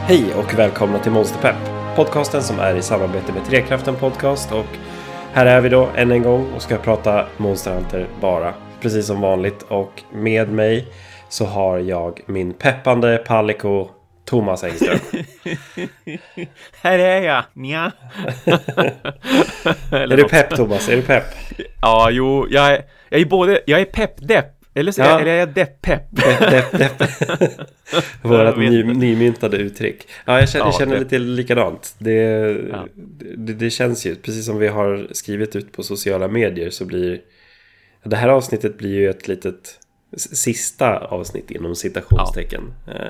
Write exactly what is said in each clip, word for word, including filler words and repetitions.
Hej och välkomna till Monsterpepp, podcasten som är i samarbete med Trekraften podcast. Och här är vi då än en gång och ska prata Monster Hunter bara, precis som vanligt. Och med mig så har jag min peppande palliko Thomas Engström. Här är jag, nja. Är du pepp, Thomas? Är du pepp? Ja, jo, jag är, jag är både, jag är pepp-depp. Eller så Ja. eller är jag depp-pepp? Depp, depp, depp. Vårat ny, nymyntade uttryck. Ja, jag känner, jag känner Ja, lite likadant. Det, Ja. det, det känns ju, precis som vi har skrivit ut på sociala medier, så blir det här avsnittet blir ju ett litet sista avsnitt inom citationstecken.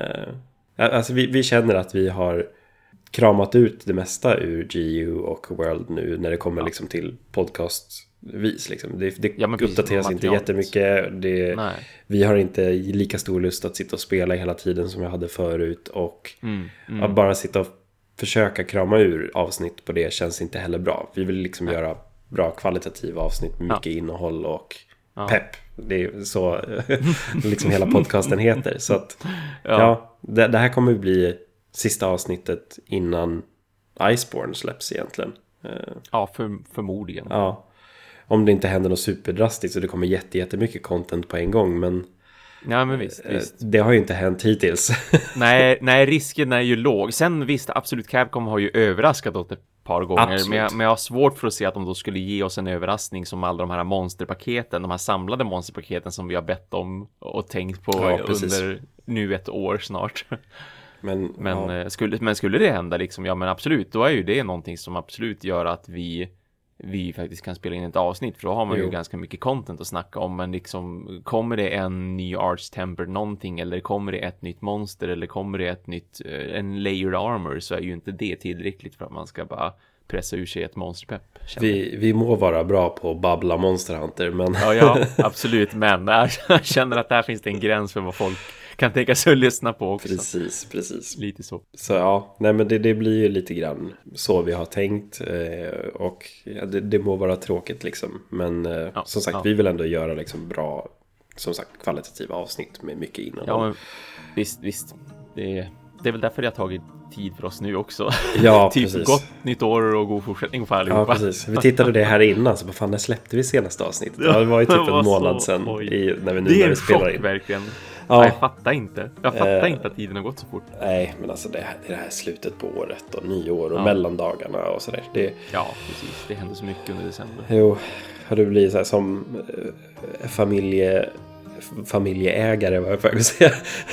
Ja. Alltså vi, vi känner att vi har kramat ut det mesta ur G U och World nu när det kommer Ja. liksom till podcastvis. Liksom. Det, det Ja, men precis, uppdateras inte materialet. jättemycket. Det, Nej. vi har inte lika stor lust att sitta och spela hela tiden som jag hade förut. Och Mm, mm. att bara sitta och försöka krama ur avsnitt på det känns inte heller bra. Vi vill liksom Nej. göra bra kvalitativa avsnitt med Ja. mycket innehåll och Ja. pepp. Det är så liksom hela podcasten heter. Så att ja, Ja. det, det här kommer att bli sista avsnittet innan Iceborne släpps egentligen. Eh, Ja, för, förmodligen. Ja, om det inte händer något superdrastiskt så det kommer jätte, jättemycket content på en gång. Men Ja, men visst, eh, visst. det har ju inte hänt hittills. nej, nej, risken är ju låg. Sen visst, absolut, Capcom har ju överraskat åt ett par gånger. Absolut. Men jag, men jag har svårt för att se att de då skulle ge oss en överraskning som alla de här monsterpaketen, de här samlade monsterpaketen som vi har bett om och tänkt på Ja, precis. under nu ett år snart. Men, Men, ja, eh, skulle, men skulle det hända liksom, ja men absolut, då är ju det någonting som absolut gör att vi vi faktiskt kan spela in ett avsnitt, för då har man Jo. ju ganska mycket content att snacka om. Men liksom, kommer det en ny Arch Tempered någonting, eller kommer det ett nytt monster, eller kommer det ett nytt, eh, en layered armor, så är ju inte det tillräckligt för att man ska bara pressa ur sig ett monsterpepp. känner jag. vi, vi må vara bra på att babbla Monster Hunter, men Ja, ja, absolut, men jag känner att där finns det en gräns för vad folk kan tänka sig att lyssna på också. precis, precis. Lite så. Så ja, nej men det, det blir ju lite grann så vi har tänkt. Eh, och ja, det, det må vara tråkigt liksom. Men eh, Ja, som sagt, ja. vi vill ändå göra liksom bra, som sagt, kvalitativa avsnitt med mycket innehåll. Ja, men visst, visst. Det är, det är väl därför det har tagit tid för oss nu också. Ja, typ precis. gott nytt år och god fortsättning för Ja, allihopa. precis. Vi tittade det här innan, så vad fan, när släppte vi senaste avsnittet? Ja, det var ju typ Det var en månad så- sedan oj. i, när vi nu Det är när en vi spelar chock in. verkligen. Ja. Jag fattar inte. Jag fattar Eh. inte att tiden har gått så fort. Nej, men alltså det, här- det är det här slutet på året och nyår och Ja. mellandagarna och sådär. Det, Ja, precis. Det hände så mycket under december. jo, har du blivit så här som eh, familje, familjeägare, vad jag får säga.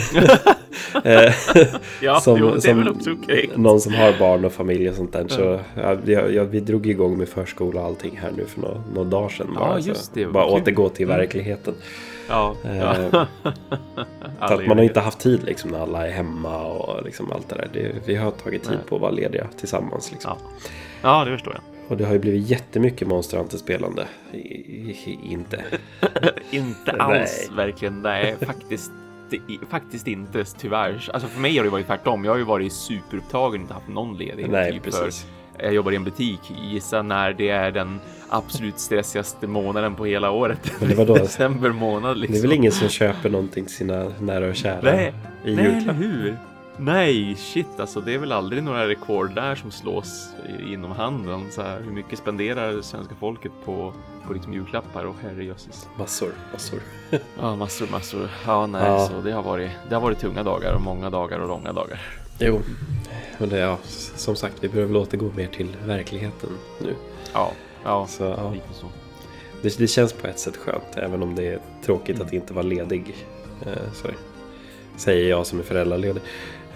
Eh, Ja, som, jo, det är som väl också okej. någon som har barn och familj och sånt där. Så ja, jag, jag, vi drog igång med förskola och allting här nu för några, några dagar sedan. Ja, bara, just så, det, bara vad kul. återgå till Mm. verkligheten. Ja, Eh, ja. Så Alla att man har gör inte haft tid liksom, när alla är hemma och liksom allt det där. Det, vi har tagit tid Nej. på att vara lediga tillsammans. Liksom. Ja. Ja, det förstår jag. Och det har ju blivit jättemycket Monster Hunter-spelande. I, i, inte. Inte Nej. alls, verkligen. Nej, faktiskt, det, faktiskt inte, tyvärr. Alltså för mig har det varit tvärtom. Jag har ju varit superupptagen och inte haft någon ledighet. Nej, typ precis. För jag jobbar i en butik. Gissa när det är den absolut stressigaste månaden på hela året. Men det var då- December månad liksom. Det är väl ingen som köper någonting till sina nära och kära Nej, i nej, eller julklapp? hur? Nej, shit alltså. Det är väl aldrig några rekord där som slås i- inom handeln. Så här, hur mycket spenderar svenska folket på, på liksom julklappar och herrejösses. Massor, massor. Ja, massor, massor. Ja, nej, Ja. så det har varit det har varit tunga dagar och många dagar och långa dagar. Jo, men det, ja, som sagt, vi behöver väl återgå mer till verkligheten nu. Ja, ja, Så ja, lite så. det, det känns på ett sätt skönt, även om det är tråkigt att inte vara ledig. Eh, så säger jag som är föräldraledig. Eh,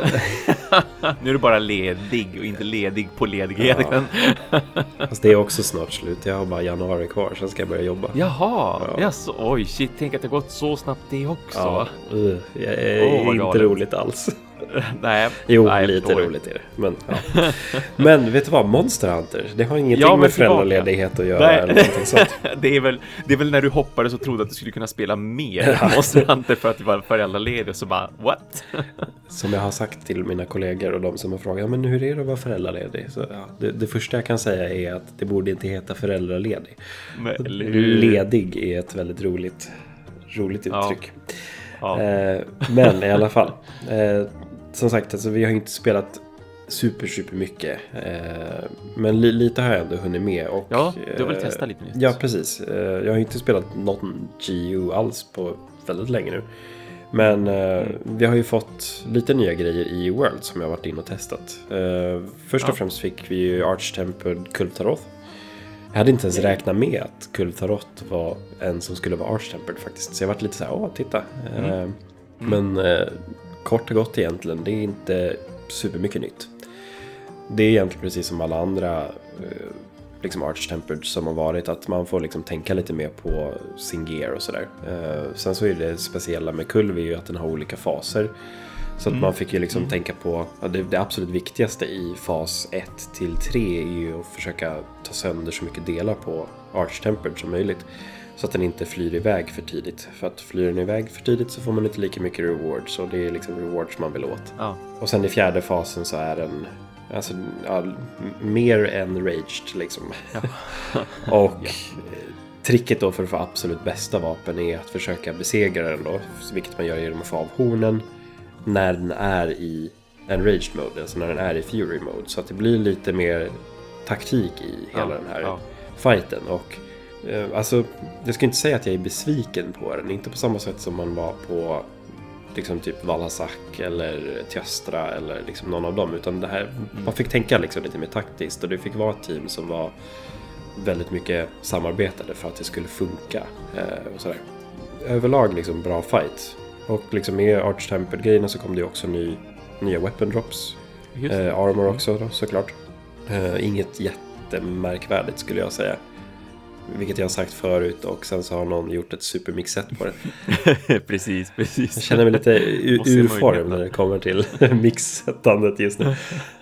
Nu är du bara ledig och inte ledig på ledigheten. fast det är också snart slut. Jag har bara januari kvar, sen ska jag börja jobba. Jaha, Ja. ja. Så, oj, shit, tänk att det har gått så snabbt det också. Ja, uh, jag är Åh, vad inte galet. roligt alls. Nej, Jo, nej, jag lite förstår det. roligt är det. Men, ja. Men vet du vad? Monster Hunter, det har ingenting Ja, men med tillbaka. föräldraledighet att göra. Nej. Eller någonting sånt. det, är väl, det är väl när du hoppades och trodde att du skulle kunna spela mer Monster Hunter för att du var föräldraledig och så bara, what? Som jag har sagt till mina kollegor och de som har frågat, ja, men hur är det att vara föräldraledig? Så, ja, det, det första jag kan säga är att det borde inte heta föräldraledig. Men, eller hur? Ledig är ett väldigt roligt, roligt Ja. uttryck. Ja. Eh, men i alla fall. Eh, som sagt, alltså, vi har inte spelat super, super mycket. Eh, men li- lite har jag ändå hunnit med. Och, ja, du vill eh, testa lite nytt. Ja, precis. Eh, jag har inte spelat någon G U alls på väldigt länge nu. Men eh, mm. vi har ju fått lite nya grejer i World som jag har varit in och testat. Eh, först och ja. främst fick vi ju Arch-Tempered Kultaroth. Jag hade inte ens räknat med att Kultaroth var en som skulle vara Arch-Tempered faktiskt. Så jag varit lite så här, åh, titta. Mm. Eh, mm. Men eh, kort och gott egentligen, det är inte supermycket nytt. Det är egentligen precis som alla andra eh, liksom Arch-Tempered som har varit, att man får liksom tänka lite mer på sin gear och sådär. Eh, sen så är det speciella med Kulv är ju att den har olika faser. Så att mm. man fick ju liksom mm. tänka på, ja, det, det absolut viktigaste i fas ett till tre är ju att försöka ta sönder så mycket delar på Arch-Tempered som möjligt. Så att den inte flyr iväg för tidigt. För att flyr den iväg för tidigt så får man inte lika mycket rewards. Och det är liksom rewards man vill åt. Ja. Och sen i fjärde fasen så är den alltså, ja, mer än raged liksom. Ja. Och ja. tricket då för att få absolut bästa vapen är att försöka besegra den då. Vilket man gör genom att få av hornen när den är i enraged mode. Alltså när den är i fury mode. Så att det blir lite mer taktik i hela ja. den här ja. fighten. Och alltså, jag ska inte säga att jag är besviken på den. Inte på samma sätt som man var på liksom typ Valhazak eller Tjastra eller liksom någon av dem. Utan det här, mm. man fick tänka liksom lite mer taktiskt. Och det fick vara ett team som var väldigt mycket samarbetade för att det skulle funka. Eh, och sådär. Överlag liksom bra fight. Och liksom med Arch-Tempered-grejerna så kom det också ny, nya weapon drops. Eh, armor också då, såklart. Eh, inget jättemärkvärdigt skulle jag säga. Vilket jag har sagt förut, och sen så har någon gjort ett supermixet på det. precis, precis. Jag känner mig lite ur form när det kommer till mixetandet just nu.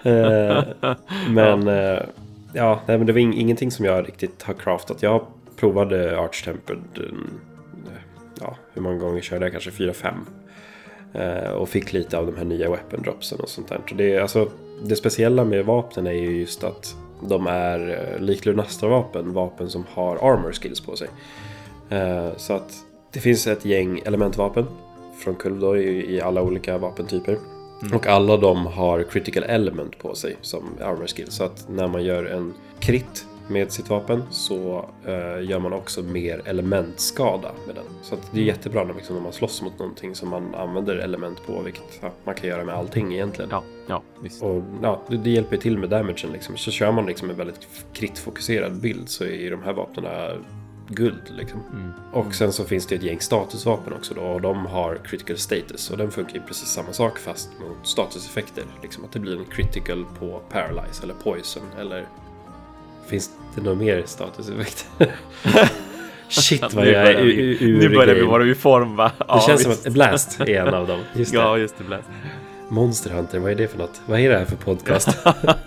uh, men uh, ja, nej, men det var in- ingenting som jag riktigt har craftat. Jag provade Arch-Tempered, uh, ja, hur många gånger körde jag? Kanske fyra fem. Uh, och fick lite av de här nya weapon dropsen och sånt där. Så det, alltså, det speciella med vapnen är ju just att de är likt Lunastra-vapen, vapen som har armor skills på sig. Uh, så att det finns ett gäng elementvapen från Kulv då i, i alla olika vapentyper. Mm. Och alla de har critical element på sig som armor skills. Så att när man gör en crit med sitt vapen så uh, gör man också mer elementskada med den. Så att det är jättebra när, liksom, när man slåss mot någonting som man använder element på, vilket ja, man kan göra med allting egentligen. Ja, ja, visst. Och ja, det, det hjälper till med damagen liksom. Så kör man liksom en väldigt kritfokuserad bild så är de här vapnena guld liksom. Mm. Och sen så finns det ett gäng statusvapen också då, och de har critical status, och den funkar ju precis samma sak fast mot statuseffekter. Liksom att det blir en critical på paralyze eller poison eller... Finns det någon mer statuseffekter? Shit vad jag är ur, ur Nu börjar vi vara i form, va? Det ja, känns visst. Som att Blast är en av dem. Just det. Ja, just det, Blast. Monster Hunter, vad är det för något? Vad är det här för podcast?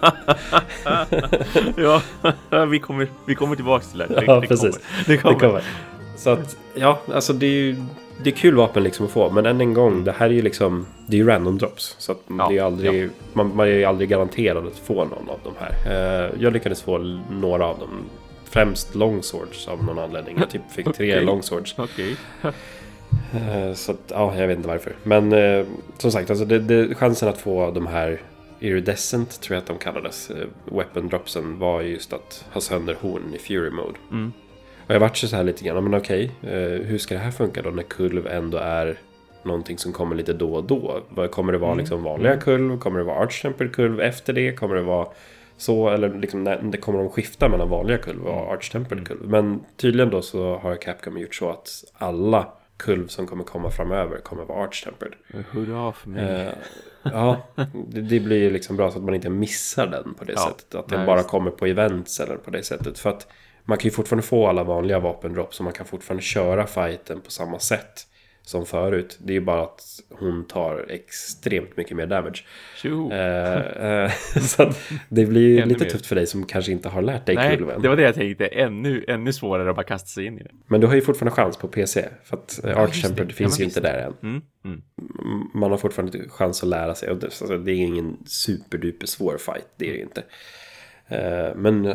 Ja, vi kommer, vi kommer tillbaka till det. Det, ja, det precis. Kommer. Det kommer. Det kommer. Så att, ja, alltså det är ju det är kul vapen liksom att få, men än en gång, det här är ju liksom, det är ju random drops, så att ja, det är aldrig, ja. man, man är ju aldrig garanterad att få någon av de här. Uh, jag lyckades få några av dem, främst longswords av någon anledning. Jag typ fick tre okay. longswords. Okej. Okay. Uh, så att, ja, jag vet inte varför. Men uh, som sagt, alltså det, det, chansen att få de här iridescent, tror jag att de kallades, uh, weapon dropsen var just att ha sönder horn i fury mode. Mm. Och jag vart så här lite grann, men okej, uh, hur ska det här funka då när kulv ändå är någonting som kommer lite då och då? Kommer det vara mm. liksom vanliga kulv? Kommer det vara Arch-Tempered kulv efter det? Kommer det vara så, eller liksom när det kommer de skifta mellan vanliga kulv och Arch-Tempered kulv? Men tydligen då så har Capcom gjort så att alla kulv som kommer komma framöver kommer vara Arch-Tempered. Hurra för mig. Uh, ja, det, det blir ju liksom bra så att man inte missar den på det ja, sättet. Att den bara kommer på events eller på det sättet. För att man kan ju fortfarande få alla vanliga vapendropp, så man kan fortfarande köra fighten på samma sätt som förut. Det är ju bara att hon tar extremt mycket mer damage. Uh, uh, så att det blir ju lite mer tufft för dig som kanske inte har lärt dig kulven. Nej, det var det jag tänkte. Ännu, ännu svårare att bara kasta sig in i det. Men du har ju fortfarande chans på P C. För att ja, Arch-Tempered finns ja, ju inte där än. Mm, mm. Man har fortfarande chans att lära sig. Och det, alltså, det är ingen superduper svår fight. Det är det ju inte. Uh, men ja,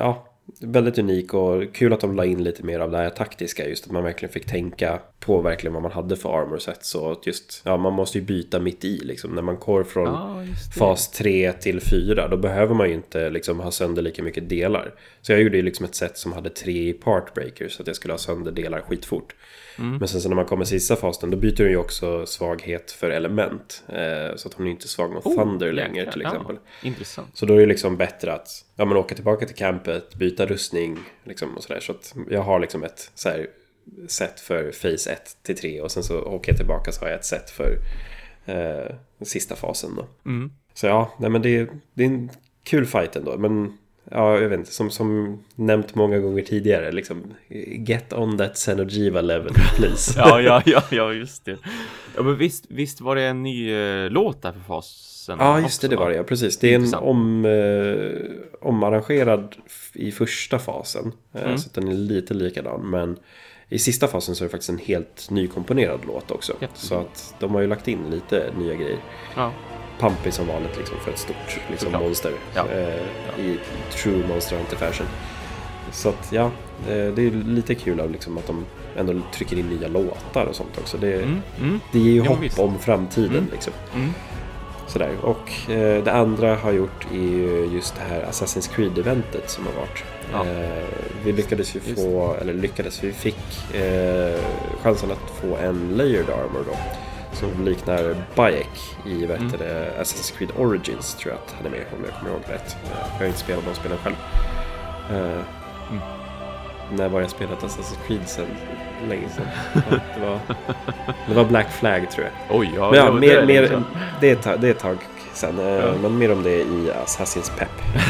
väldigt unik och kul att de la in lite mer av det här taktiska. Just att man verkligen fick tänka på verkligen vad man hade för armor set. Så att just, ja, man måste ju byta mitt i liksom. När man går från ja, fas tre till fyra, då behöver man ju inte liksom ha sönder lika mycket delar. Så jag gjorde ju liksom ett set som hade tre part breakers, så att jag skulle ha sönder delar skitfort. Mm. Men sen så när man kommer sista fasen, då byter hon ju också svaghet för element. Eh, så att hon är inte svag mot oh, thunder längre jäkla, till exempel. Ja, intressant. Så då är det liksom bättre att ja, men åka tillbaka till campet, byta rustning liksom, och sådär. Så att jag har liksom ett så här, set för phase ett till tre, och sen så åker jag tillbaka så har jag ett set för eh, sista fasen då. Mm. Så ja, nej, men det, det är en kul fight ändå. Men ja, jag vet inte, som, som nämnt många gånger tidigare, liksom, get on that Xeno'jiiva level, please. ja, ja, ja, ja, just det. Ja, men visst, visst var det en ny uh, låt där för fasen? Ja, just det, det var det, ja, precis. Det är en om, uh, omarrangerad i första fasen, uh, mm. så att den är lite likadan, men i sista fasen så är det faktiskt en helt nykomponerad låt också. Jättebra. Så att de har ju lagt in lite nya grejer. Ja. Pumpy som vanligt liksom, för ett stort liksom, monster ja. Eh, ja. i true Monster Hunter fashion. Så att ja, eh, det är lite kul av, liksom, att de ändå trycker in nya låtar och sånt också. Det, mm. Mm. det ger ju ja, hopp visst. om framtiden mm. liksom. Mm. Sådär. Och eh, det andra har gjort är ju just det här Assassin's Creed-eventet som har varit. Ja. Eh, vi lyckades ju få, eller lyckades, vi fick eh, chansen att få en layered armor då. Som liknar Bayek i vet mm. det, Assassin's Creed Origins, tror jag att han är med, om jag kommer ihåg rätt. Jag har inte spelat de spelen själv. Uh, mm. När var jag spelat Assassin's Creed sen länge sedan? det, var, det var Black Flag, tror jag. Oj, ja, men ja, det, mer, det, mer, liksom. det, är ett, det är ett tag sen. Ja. Men mer om det i Assassin's Pep.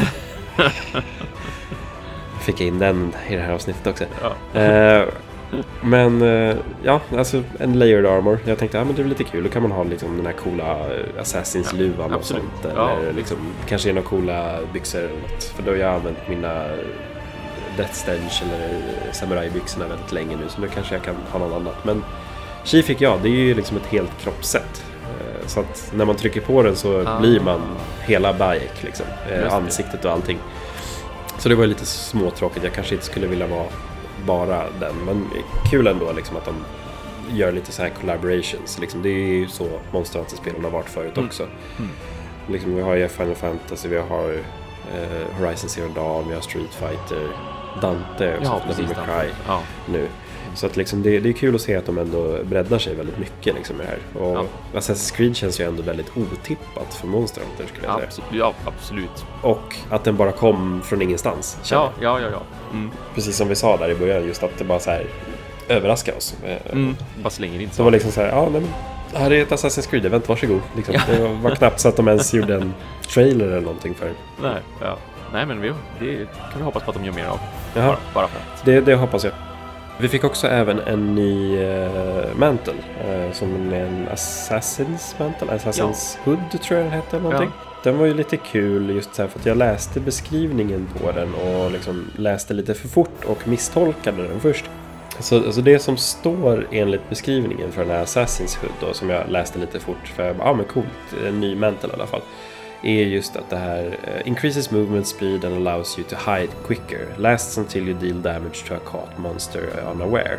Fick jag in den i det här avsnittet också. Ja. Uh, Men ja, alltså en layered armor. Jag tänkte, ja men det är lite kul. Då kan man ha liksom den här coola Assassins-luvan ja, och sånt. Eller ja. liksom, kanske några coola byxor eller något. För då har jag använt mina Death Stench eller Samurai-byxorna väldigt länge nu. Så nu kanske jag kan ha något annat. Men Chi fick jag, det är ju liksom ett helt kroppsset. Så att när man trycker på den så ah. blir man hela Bayek liksom. Ansiktet och allting. Så det var lite småtråkigt. Jag kanske inte skulle vilja vara bara den, men kul ändå liksom att de gör lite så här collaborations liksom. Det är ju så Monster Hunter-spelen har varit förut också. Mm. Mm. Liksom, vi har ju Final Fantasy, vi har eh, Horizon Zero Dawn, vi har Street Fighter, Dante och ja, Devil May Cry ja. nu. Så att liksom, det, det är kul att se att de ändå breddar sig väldigt mycket liksom, med det här. Och ja. Assassin's Creed känns ju ändå väldigt otippat för Monster Hunter, skulle jag säga. Absolut, ja, absolut. Och att den bara kom från ingenstans. Ja, ja, ja, ja. Mm. Precis som vi sa där i början, just att det bara så här överraskar oss. Mm. Bara slänger in. Så det var liksom så här, ja, men här är ett Assassin's Creed-event, varsågod. Liksom. Ja. Det var knappt så att de ens gjorde en trailer eller någonting för. Nej, ja. Nej, men vi, det kan vi hoppas på att de gör mer av. Bara, bara för att. Det, det hoppas jag. Vi fick också även en ny uh, mantel uh, som är en Assassins mantel, Assassins ja. Hood tror jag den hette eller någonting. Ja. Den var ju lite kul just så här, för att jag läste beskrivningen på den och liksom läste lite för fort och misstolkade den först. Så alltså det som står enligt beskrivningen för den här Assassins Hood då, som jag läste lite fort för ja ah, men coolt, en ny mantel i alla fall, är just att det här uh, increases movement speed and allows you to hide quicker, lasts until you deal damage to a caught monster unaware.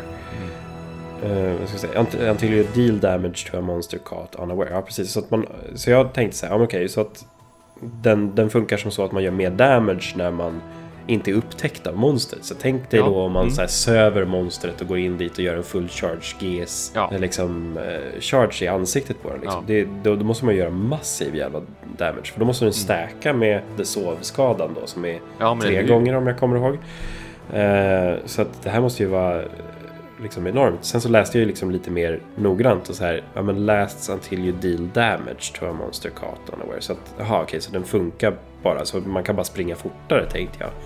Mm. Uh, jag ska säga, until you deal damage to a monster caught unaware. Ja, precis. Så, att man, så jag tänkte så här, ja, okej, okay, så att den, den funkar som så att man gör mer damage när man inte är upptäckt av monstret. Så tänk dig ja. då om man mm. så här söver monstret och går in dit och gör en full charge G S ja. liksom eh, charge i ansiktet på den liksom. Ja. Det, då, då måste man göra massiv jävla damage, för då måste den stäcka med det sovskadan då, som är ja, tre är gånger om jag kommer ihåg. Eh, så att det här måste ju vara liksom enormt. Sen så läste jag ju liksom lite mer noggrant och så här, ja men lasts until you deal damage to a monster caught unaware. Så att, jaha okej, okay, så den funkar bara, så man kan bara springa fortare, tänkte jag.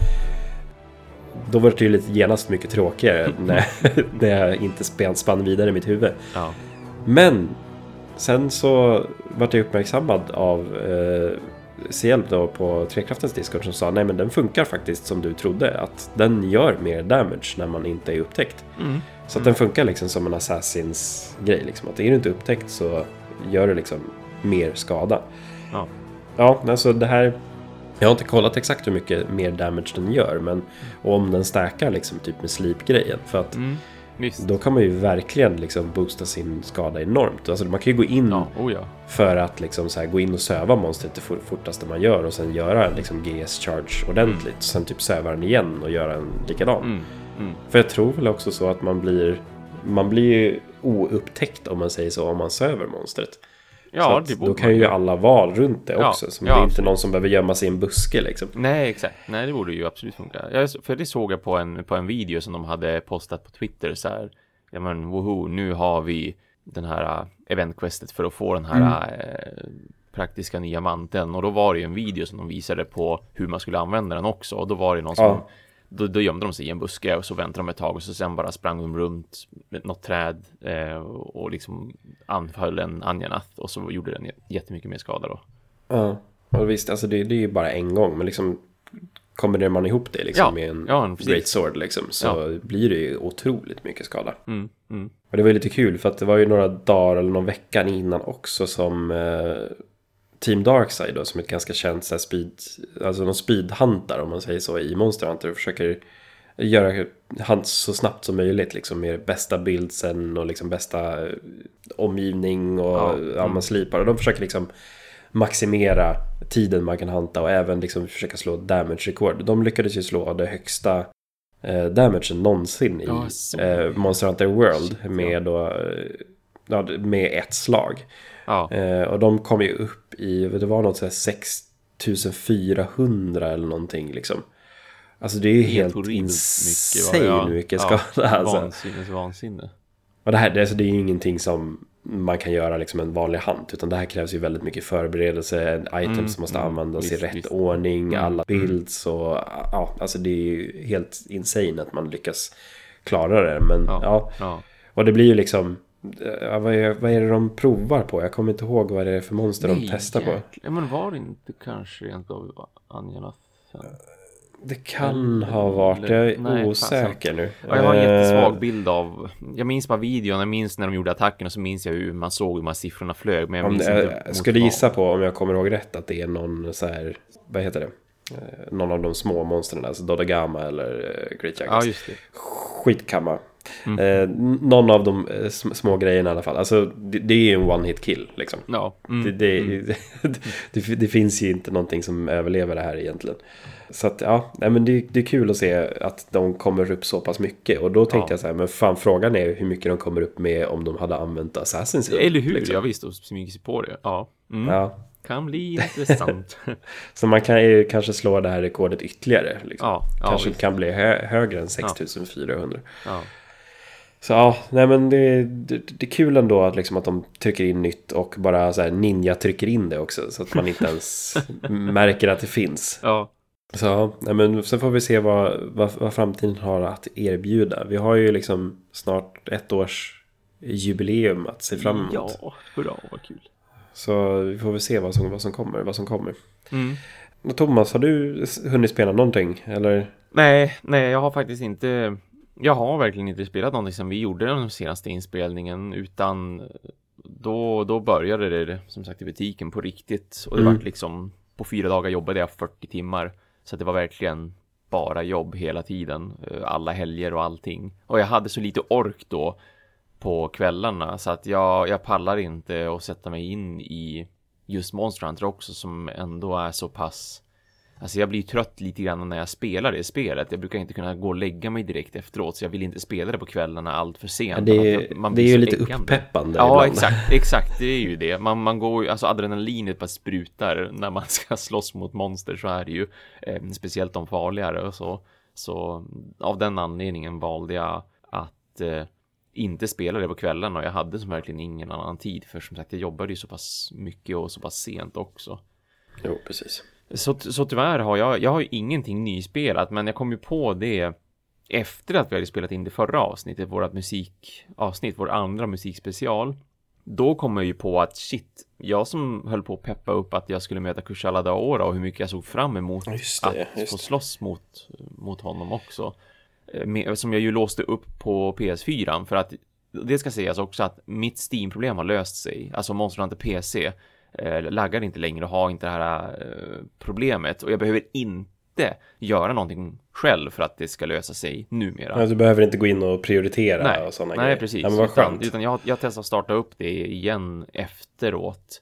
Då var det ju lite genast mycket tråkigare när, när jag inte spann, spann vidare i mitt huvud. Ja. Men sen så var jag uppmärksammad av eh, Ciel då på Trekraftens Discord som sa, nej men den funkar faktiskt som du trodde, att den gör mer damage när man inte är upptäckt. Mm. Så att den funkar liksom som en Assassins grej liksom, att är du inte upptäckt så gör det liksom mer skada. Ja, ja alltså det här Jag har inte kollat exakt hur mycket mer damage den gör, men och om den stärkar liksom typ med sleep-grejen, för att Mm. Visst. då kan man ju verkligen liksom boosta sin skada enormt. Alltså man kan ju gå in Ja, oh ja. för att liksom så här gå in och söva monstret det fortaste man gör och sen göra en liksom G S-charge ordentligt. Mm. Sen typ söva den igen och göra en likadan. Mm. Mm. För jag tror väl också så att man blir man blir ju oupptäckt, om man säger så, om man söver monstret. Ja, så då kan ju alla vara runt det ja, också. Så ja, det är inte någon som behöver gömma sig i en buske liksom. Nej, exakt. Nej, det borde ju absolut funka. Jag, för det såg jag på en, på en video som de hade postat på Twitter så här. Ja men, woho, nu har vi den här eventquestet för att få den här mm. eh, praktiska nya manteln. Och då var det ju en video som de visade på hur man skulle använda den också. Och då var det någon som, ja. då, då gömde de sig i en buske och så väntade de ett tag och så sen bara sprang de runt med något träd eh, och liksom anföll en Anjanath och så gjorde den jättemycket mer skada då. Ja, och visst, alltså det, det är ju bara en gång, men liksom kombinerar man ihop det liksom ja, med en ja, Great Sword liksom, så ja. blir det ju otroligt mycket skada. Mm, mm. Och det var ju lite kul för att det var ju några dagar eller någon vecka innan också som eh, Team Darkside då, som är ett ganska känt så här, speed, alltså någon speedhuntar om man säger så i Monster Hunter, och försöker göra hunt så snabbt som möjligt liksom, med bästa bildsen och liksom bästa eh, omgivning och ja, mm. ja, man slipar, och de försöker liksom maximera tiden man kan hanta och även liksom försöka slå damage-rekord. De lyckades ju slå det högsta eh, damagen någonsin i ja, eh, Monster Hunter World med, då, eh, ja, med ett slag. Ja. Eh, och de kom ju upp i, det var något så här sex tusen fyrahundra eller någonting liksom. Alltså det är ju helt, helt insane mycket, ja. mycket skada. Ja, alltså. Vansinne, vansinne. Och det här det, alltså, det är ju ingenting som man kan göra liksom en vanlig hand, utan det här krävs ju väldigt mycket förberedelse, items mm, som måste mm, användas visst, i rätt visst. ordning, mm, alla builds och ja, alltså det är ju helt insane att man lyckas klara det, men ja, ja. ja. Och det blir ju liksom ja, vad, är, vad är det de provar på? Jag kommer inte ihåg vad det är för monster Nej, de testar jäkla. på. Ja, men var det inte kanske rent av Anjanath? Det kan ha varit, jag är Nej, osäker nu. Ja, jag har en jättesvag bild av, jag minns bara videon, jag minns när de gjorde attacken och så minns jag hur man såg hur de här siffrorna flög. Men jag minns det, inte jag skulle gissa på, om jag kommer ihåg rätt, att det är någon så här, vad heter det? Någon av de små monstren, alltså Dodogama eller Great Jackals. Ja, just det. Skitkamma. Mm. Eh, någon av de eh, små grejerna i alla fall. Alltså det, det är ju en one hit kill liksom. Ja. Mm. Det, det, mm. det, det, det finns ju inte någonting som överlever det här egentligen. Så att ja, nej, men det, det är kul att se att de kommer upp så pass mycket. Och då tänkte ja. jag så här, men fan, frågan är hur mycket de kommer upp med om de hade använt Assassin's. Eller hur, liksom. Jag visste och smyger sig på det. Ja, mm. ja. Kan bli intressant. Så man kan ju kanske slå det här rekordet ytterligare liksom. Ja, kanske ja, kan bli hö- högre än sex tusen fyrahundra. Ja. Så ja, nej men det, det, det är kul ändå att, liksom, att de trycker in nytt och bara så här ninja trycker in det också, så att man inte ens märker att det finns. Ja. Så nej, men sen får vi se vad, vad, vad framtiden har att erbjuda. Vi har ju liksom snart ett års jubileum att se fram emot. Ja, hurra, vad kul. Så vi får väl se vad som, vad som kommer, vad som kommer. Mm. Och Thomas, har du hunnit spela någonting? Eller? Nej, nej, jag har faktiskt inte... Jag har verkligen inte spelat någonting som vi gjorde den senaste inspelningen, utan då, då började det som sagt i butiken på riktigt. Och det mm. var liksom, på fyra dagar jobbade jag fyrtio timmar. Så det var verkligen bara jobb hela tiden. Alla helger och allting. Och jag hade så lite ork då på kvällarna, så att jag, jag pallar inte att sätta mig in i just Monster Hunter också, som ändå är så pass... Alltså jag blir trött lite grann när jag spelar det spelet. Jag brukar inte kunna gå och lägga mig direkt efteråt, så jag vill inte spela det på kvällarna allt för sent. Ja, det är, man det är ju lite äggande. Uppeppande. Ja, ibland. exakt, exakt. Det är ju det. Man, man går, alltså adrenalinet bara sprutar när man ska slåss mot monster, så är det ju. Eh, speciellt de farligare och så. Så av den anledningen valde jag att eh, inte spela det på kvällarna. Och jag hade som verkligen ingen annan tid. För som sagt, jag jobbade ju så pass mycket och så pass sent också. Jo, precis. Så, så tyvärr har jag, jag har ju ingenting nyspelat, men jag kom ju på det efter att vi hade spelat in det förra avsnittet, vårt musikavsnitt, vår andra musikspecial. Då kom jag ju på att shit, jag som höll på att peppa upp att jag skulle möta Kushala Daora och hur mycket jag såg fram emot just det, att just få det. slåss mot, mot honom också. Som jag ju låste upp på P S fyra, för att det ska sägas också att mitt Steam-problem har löst sig. Alltså Monster Hunter P C. eh, laggar inte längre och har inte det här eh, problemet. Och jag behöver inte göra någonting själv för att det ska lösa sig numera. Ja, du behöver inte gå in och prioritera nej, och sådana nej, grejer. Precis. Ja, men vad skönt. Utan, utan jag, jag testade att starta upp det igen efteråt.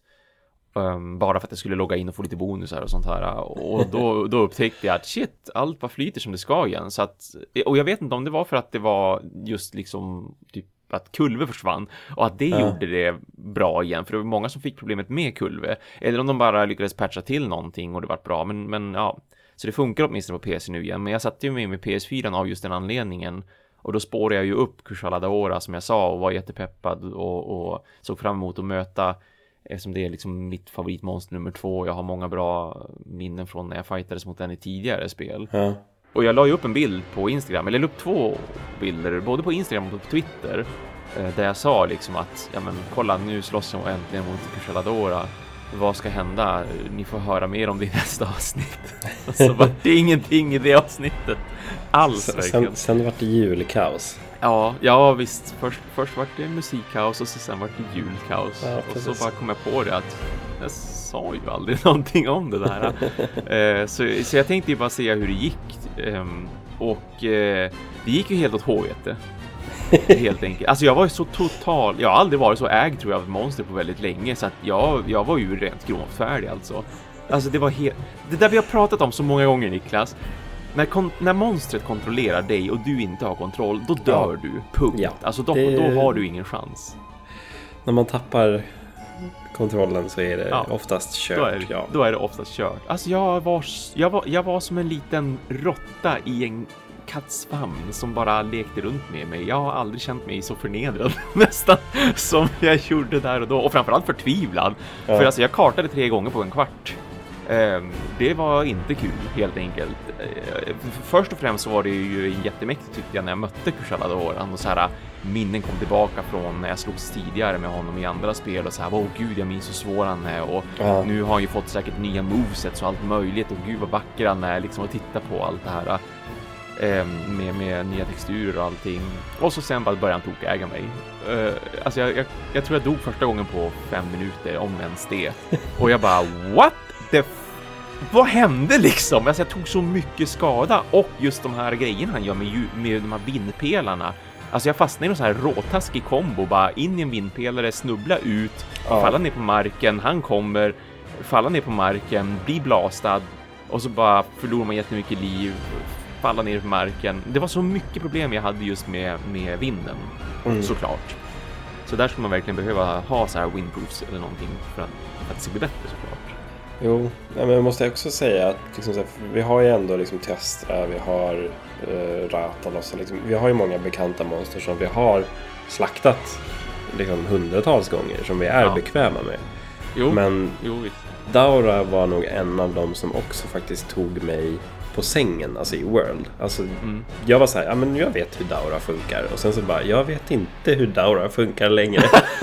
Um, bara för att jag skulle logga in och få lite bonusar och sånt här. Och då, då upptäckte jag att shit, allt bara flyter som det ska igen. Så att, och jag vet inte om det var för att det var just liksom typ att kulve försvann och att det ja. gjorde det bra igen, för det var många som fick problemet med kulve, eller om de bara lyckades patcha till någonting och det var bra, men, men ja, så det funkar åtminstone på P C nu igen. Men jag satte ju med med P S fyra av just den anledningen, och då spårade jag ju upp Kushala Daora som jag sa och var jättepeppad och, och såg fram emot att möta, eftersom det är liksom mitt favoritmonster nummer två. Jag har många bra minnen från när jag fightades mot den i tidigare spel. Ja. Och jag la ju upp en bild på Instagram, eller upp två bilder, både på Instagram och på Twitter, där jag sa liksom att, ja men kolla, nu slåss jag äntligen mot Kushala Daora. Vad ska hända? Ni får höra mer om det i nästa avsnitt. Och så var det ingenting i det avsnittet alls. Sen, sen, sen var det julkaos. Ja, ja visst. Först, först var det musikkaos och så sen var det julkaos. Ja, och så bara kom jag på det att jag sa ju aldrig någonting om det där. uh, så, så jag tänkte ju bara se hur det gick. Um, och uh, det gick ju helt åt helvete. Helt enkelt. Alltså jag var ju så total. Jag har aldrig varit så ägd tror jag av monster på väldigt länge, så att jag, jag var ju rent gråtfärdig alltså. Alltså det var helt... Det där vi har pratat om så många gånger, Niklas. När, kon- när monstret kontrollerar dig och du inte har kontroll, då dör ja. du. Punkt. Ja. Alltså då, det... då har du ingen chans. När man tappar kontrollen så är det ja. oftast kört. Då är, ja. då är det oftast kört. Alltså jag var, jag var, jag var som en liten råtta i en kattsfamn som bara lekte runt med mig. Jag har aldrig känt mig så förnedrad nästan som jag gjorde där och då. Och framförallt förtvivlad. Ja. För alltså jag kartade tre gånger på en kvart. Um, det var inte kul, helt enkelt. Uh, först och främst så var det ju jättemäktigt tyckte jag när jag mötte Kushala Daora. Och så här, minnen kom tillbaka från när jag slogs tidigare med honom i andra spel. Och så här, åh gud, jag minns hur svår han är. Och ja. nu har han ju fått säkert nya movesets och allt möjligt. Och gud vad vacker han är liksom, att titta på allt det här. Med, med nya texturer och allting. Och så sen bara började han tokäga mig. uh, Alltså jag, jag, jag tror jag dog första gången på fem minuter, om ens det. Och jag bara, what the f- vad hände liksom? Alltså jag tog så mycket skada. Och just de här grejerna han gör med, ju, med de här vindpelarna. Alltså jag fastnade i någon sån här råtaskig kombo. Bara in i en vindpelare, snubbla ut, ja. falla ner på marken. Han kommer, falla ner på marken, bli blastad. Och så bara förlorar man jättemycket liv, falla ner på marken. Det var så mycket problem jag hade just med, med vinden, mm. såklart. Så där skulle man verkligen behöva ha så här windproofs eller någonting för att, för att det ska bli bättre, såklart. Jo, men jag måste också säga att liksom, så här, vi har ju ändå liksom Testra, vi har uh, Rathalos, liksom, vi har ju många bekanta monster som vi har slaktat liksom hundratals gånger, som vi är ja. bekväma med. Jo, men jo, visst. Daora var nog en av dem som också faktiskt tog mig på sängen, alltså i World. Alltså, mm. jag var så här, ja men jag vet hur Daora funkar. Och sen så bara, jag vet inte hur Daora funkar längre.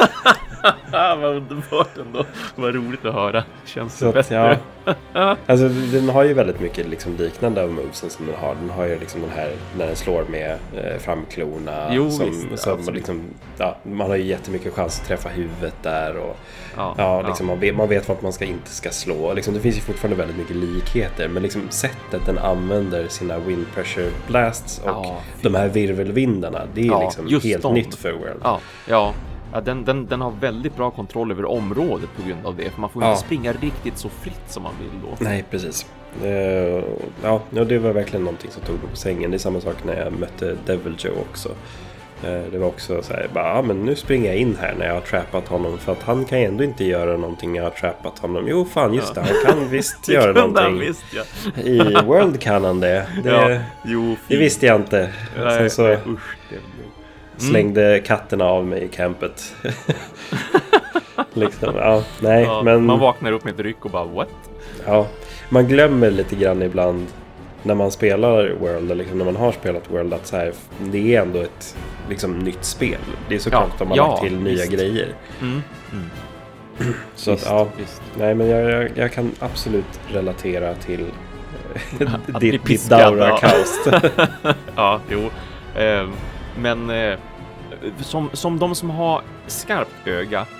Vad underbart ändå. Vad roligt att höra. Känns så bättre. Ja. Alltså den har ju väldigt mycket liksom liknande av movesen som den har. Den har ju liksom den här, när den slår med eh, framklorna. Jo, som, visst, som liksom, ja, man har ju jättemycket chans att träffa huvudet där. Och, ja, ja, liksom, ja. Man, vet, man vet vart man ska, inte ska slå. Liksom, det finns ju fortfarande väldigt mycket likheter. Men liksom sättet den använder sina wind pressure blasts och ja, de här virvelvindarna, det är ja, liksom helt de. nytt för World. Ja, ja. Ja, den, den, den har väldigt bra kontroll över området på grund av det. För man får ja. inte springa riktigt så fritt som man vill då. Nej, precis. Uh, ja, det var verkligen någonting som tog mig på sängen. Det är samma sak när jag mötte Devil Joe också. Uh, det var också så här, bara, ja, men nu springer jag in här när jag har trappat honom. För att han kan ju ändå inte göra någonting när jag har trappat honom. Jo, fan, just ja. det. Han kan visst göra någonting. Visst, ja. I World kan han det. Det, ja. jo, det visste jag inte. Nej, Sen så... nej, usch, det slängde mm. katterna av mig i campet. liksom, ja, nej, ja, men... Man vaknar upp med ett ryck och bara, what? Ja, man glömmer lite grann ibland när man spelar World, eller liksom när man har spelat World, att så här, det är ändå ett liksom, nytt spel. Det är såklart ja, att man ja, har till nya grejer. Mm. Mm. Så visst, att, ja, visst. Nej, men jag, jag, jag kan absolut relatera till ditt, ditt Daora-kaos. Ja, jo. Um, Men eh, som, som de som har skarpt öga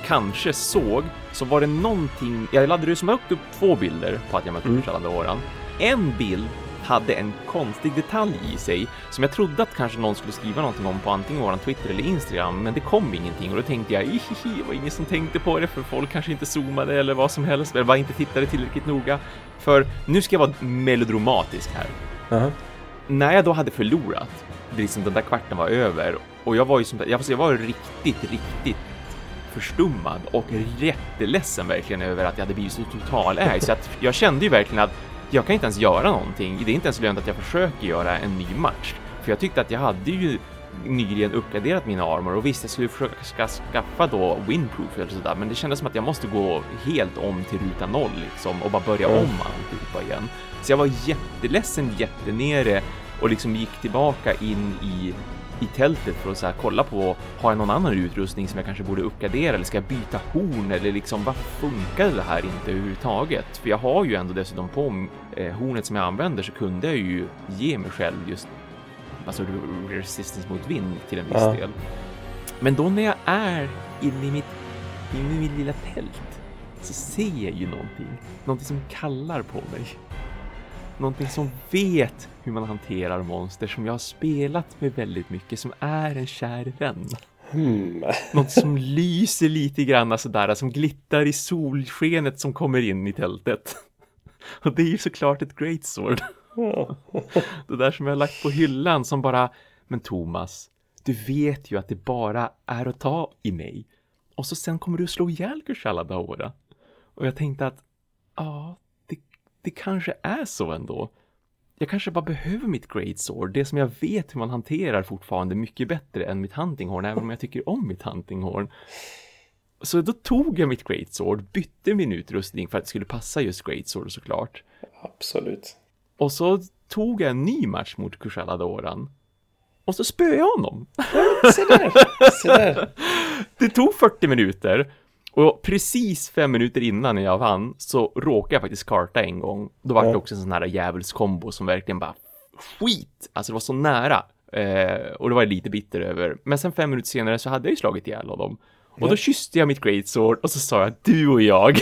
kanske såg, så var det någonting, jag laddade ju som upp två bilder på att jag mötte mm. Kushalada Åran. En bild hade en konstig detalj i sig som jag trodde att kanske någon skulle skriva någonting om på antingen våran Twitter eller Instagram, men det kom ingenting och då tänkte jag, ihihi, det var ingen som tänkte på det för folk kanske inte zoomade eller vad som helst, eller bara inte tittade tillräckligt noga. För nu ska jag vara melodramatisk här. Uh-huh. När jag då hade förlorat, det liksom den där kvarten var över och jag var ju som, jag, jag var riktigt, riktigt förstummad och jätteledsen verkligen över att jag hade blivit så totalägd så att jag kände ju verkligen att jag kan inte ens göra någonting. Det är inte ens lönt att jag försöker göra en ny match. För jag tyckte att jag hade ju nyligen uppgraderat mina armor. Och visst, jag skulle försöka skaffa då windproof eller sådär. Men det kändes som att jag måste gå helt om till ruta noll liksom. Och bara börja mm. om alltihopa igen. Så jag var jätteledsen, jättenere. Och liksom gick tillbaka in i, i tältet för att så här, kolla på, har jag någon annan utrustning som jag kanske borde uppgradera? Eller ska jag byta horn? Eller liksom, varför funkar det här inte överhuvudtaget? För jag har ju ändå dessutom på eh, hornet som jag använder så kunde jag ju ge mig själv just alltså resistance mot vind till en viss ja. del. Men då när jag är inne i mitt, inne i mitt lilla tält så ser jag ju någonting. Någonting som kallar på mig. Någonting som vet hur man hanterar monster, som jag har spelat med väldigt mycket, som är en kär vän. Hmm. Något som lyser lite grann sådär, som glittar i solskenet som kommer in i tältet. Och det är ju såklart ett greatsword. Det där som jag har lagt på hyllan som bara, men Thomas, du vet ju att det bara är att ta i mig. Och så sen kommer du slå ihjäl Kushalada Åra. Och jag tänkte att, ja, det, det kanske är så ändå. Jag kanske bara behöver mitt greatsword, det som jag vet hur man hanterar fortfarande mycket bättre än mitt huntinghorn, även om jag tycker om mitt huntinghorn. Så då tog jag mitt greatsword, bytte min utrustning för att det skulle passa just greatsword såklart. Absolut. Och så tog jag en ny match mot Kushalada Åran. Och så spöade jag honom. Se där, se där. Det tog fyrtio minuter. Och precis fem minuter innan jag vann så råkade jag faktiskt karta en gång. Då var det ja. också en sån här djävulskombo som verkligen bara skit. Alltså det var så nära. Eh, och det var jag lite bitter över. Men sen fem minuter senare så hade jag ju slagit ihjäl honom. Och då kysste jag mitt greatsword och så sa jag, du och jag.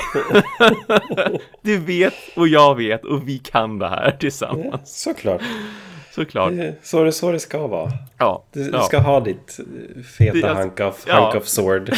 Du vet och jag vet och vi kan det här tillsammans. Ja, såklart. Såklart. Så är det så det ska vara. Ja. Du, du ja. ska ha ditt feta det, hunk of, ja. hunk of sword.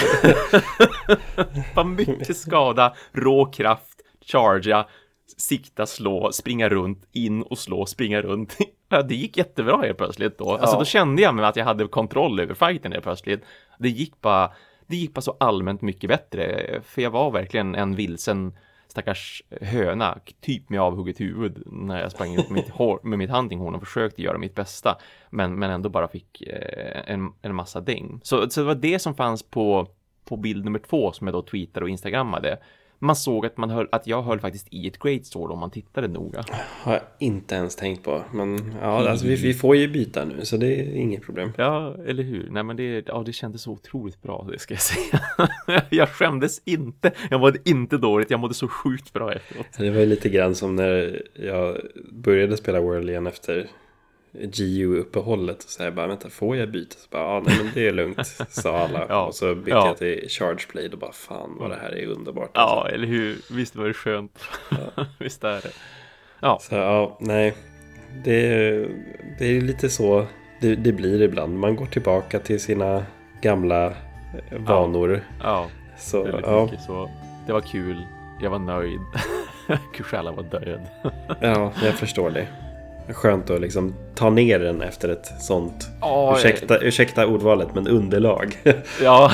Bara mycket skada, rå kraft, chargea, sikta, slå, springa runt, in och slå, springa runt. Ja, det gick jättebra helt plötsligt då. Alltså ja. Då kände jag mig att jag hade kontroll över fighten helt plötsligt. Det gick bara... Det gick bara så allmänt mycket bättre. För jag var verkligen en vilsen stackars höna. Typ med avhugget huvud. När jag sprang ut med mitt, hår, med mitt huntinghorn och försökte göra mitt bästa. Men, men ändå bara fick eh, en, en massa däng. Så, så det var det som fanns på, på bild nummer två som jag då tweetade och instagrammade. Man såg att, man höll, att jag höll faktiskt i ett greatsword om man tittade noga. Har jag inte ens tänkt på. Men ja, alltså, vi, vi får ju byta nu så det är inget problem. Ja, eller hur? Nej, men det, ja, det kändes så otroligt bra, det ska jag säga. Jag skämdes inte. Jag mådde inte dåligt. Jag mådde så sjukt bra efteråt. Det var ju lite grann som när jag började spela World igen efter G U-uppehållet och så här, bara, vänta, får jag byta? Så bara, ja, nej, men det är lugnt, sa alla. Ja, och så bytte ja. jag till Charge Blade och bara, fan vad det här är underbart. Ja, alltså. Eller hur? Visst var det skönt. Ja. Visst är det. Ja. Så ja, nej. Det, det är lite så det, det blir ibland. Man går tillbaka till sina gamla vanor. Ja, ja. Så, väldigt ja. mycket så. Det var kul. Jag var nöjd. Kushala var död. Ja, jag förstår det. Skönt att liksom ta ner den efter ett sånt oh, ursäkta, ursäkta ordvalet, men underlag. Ja.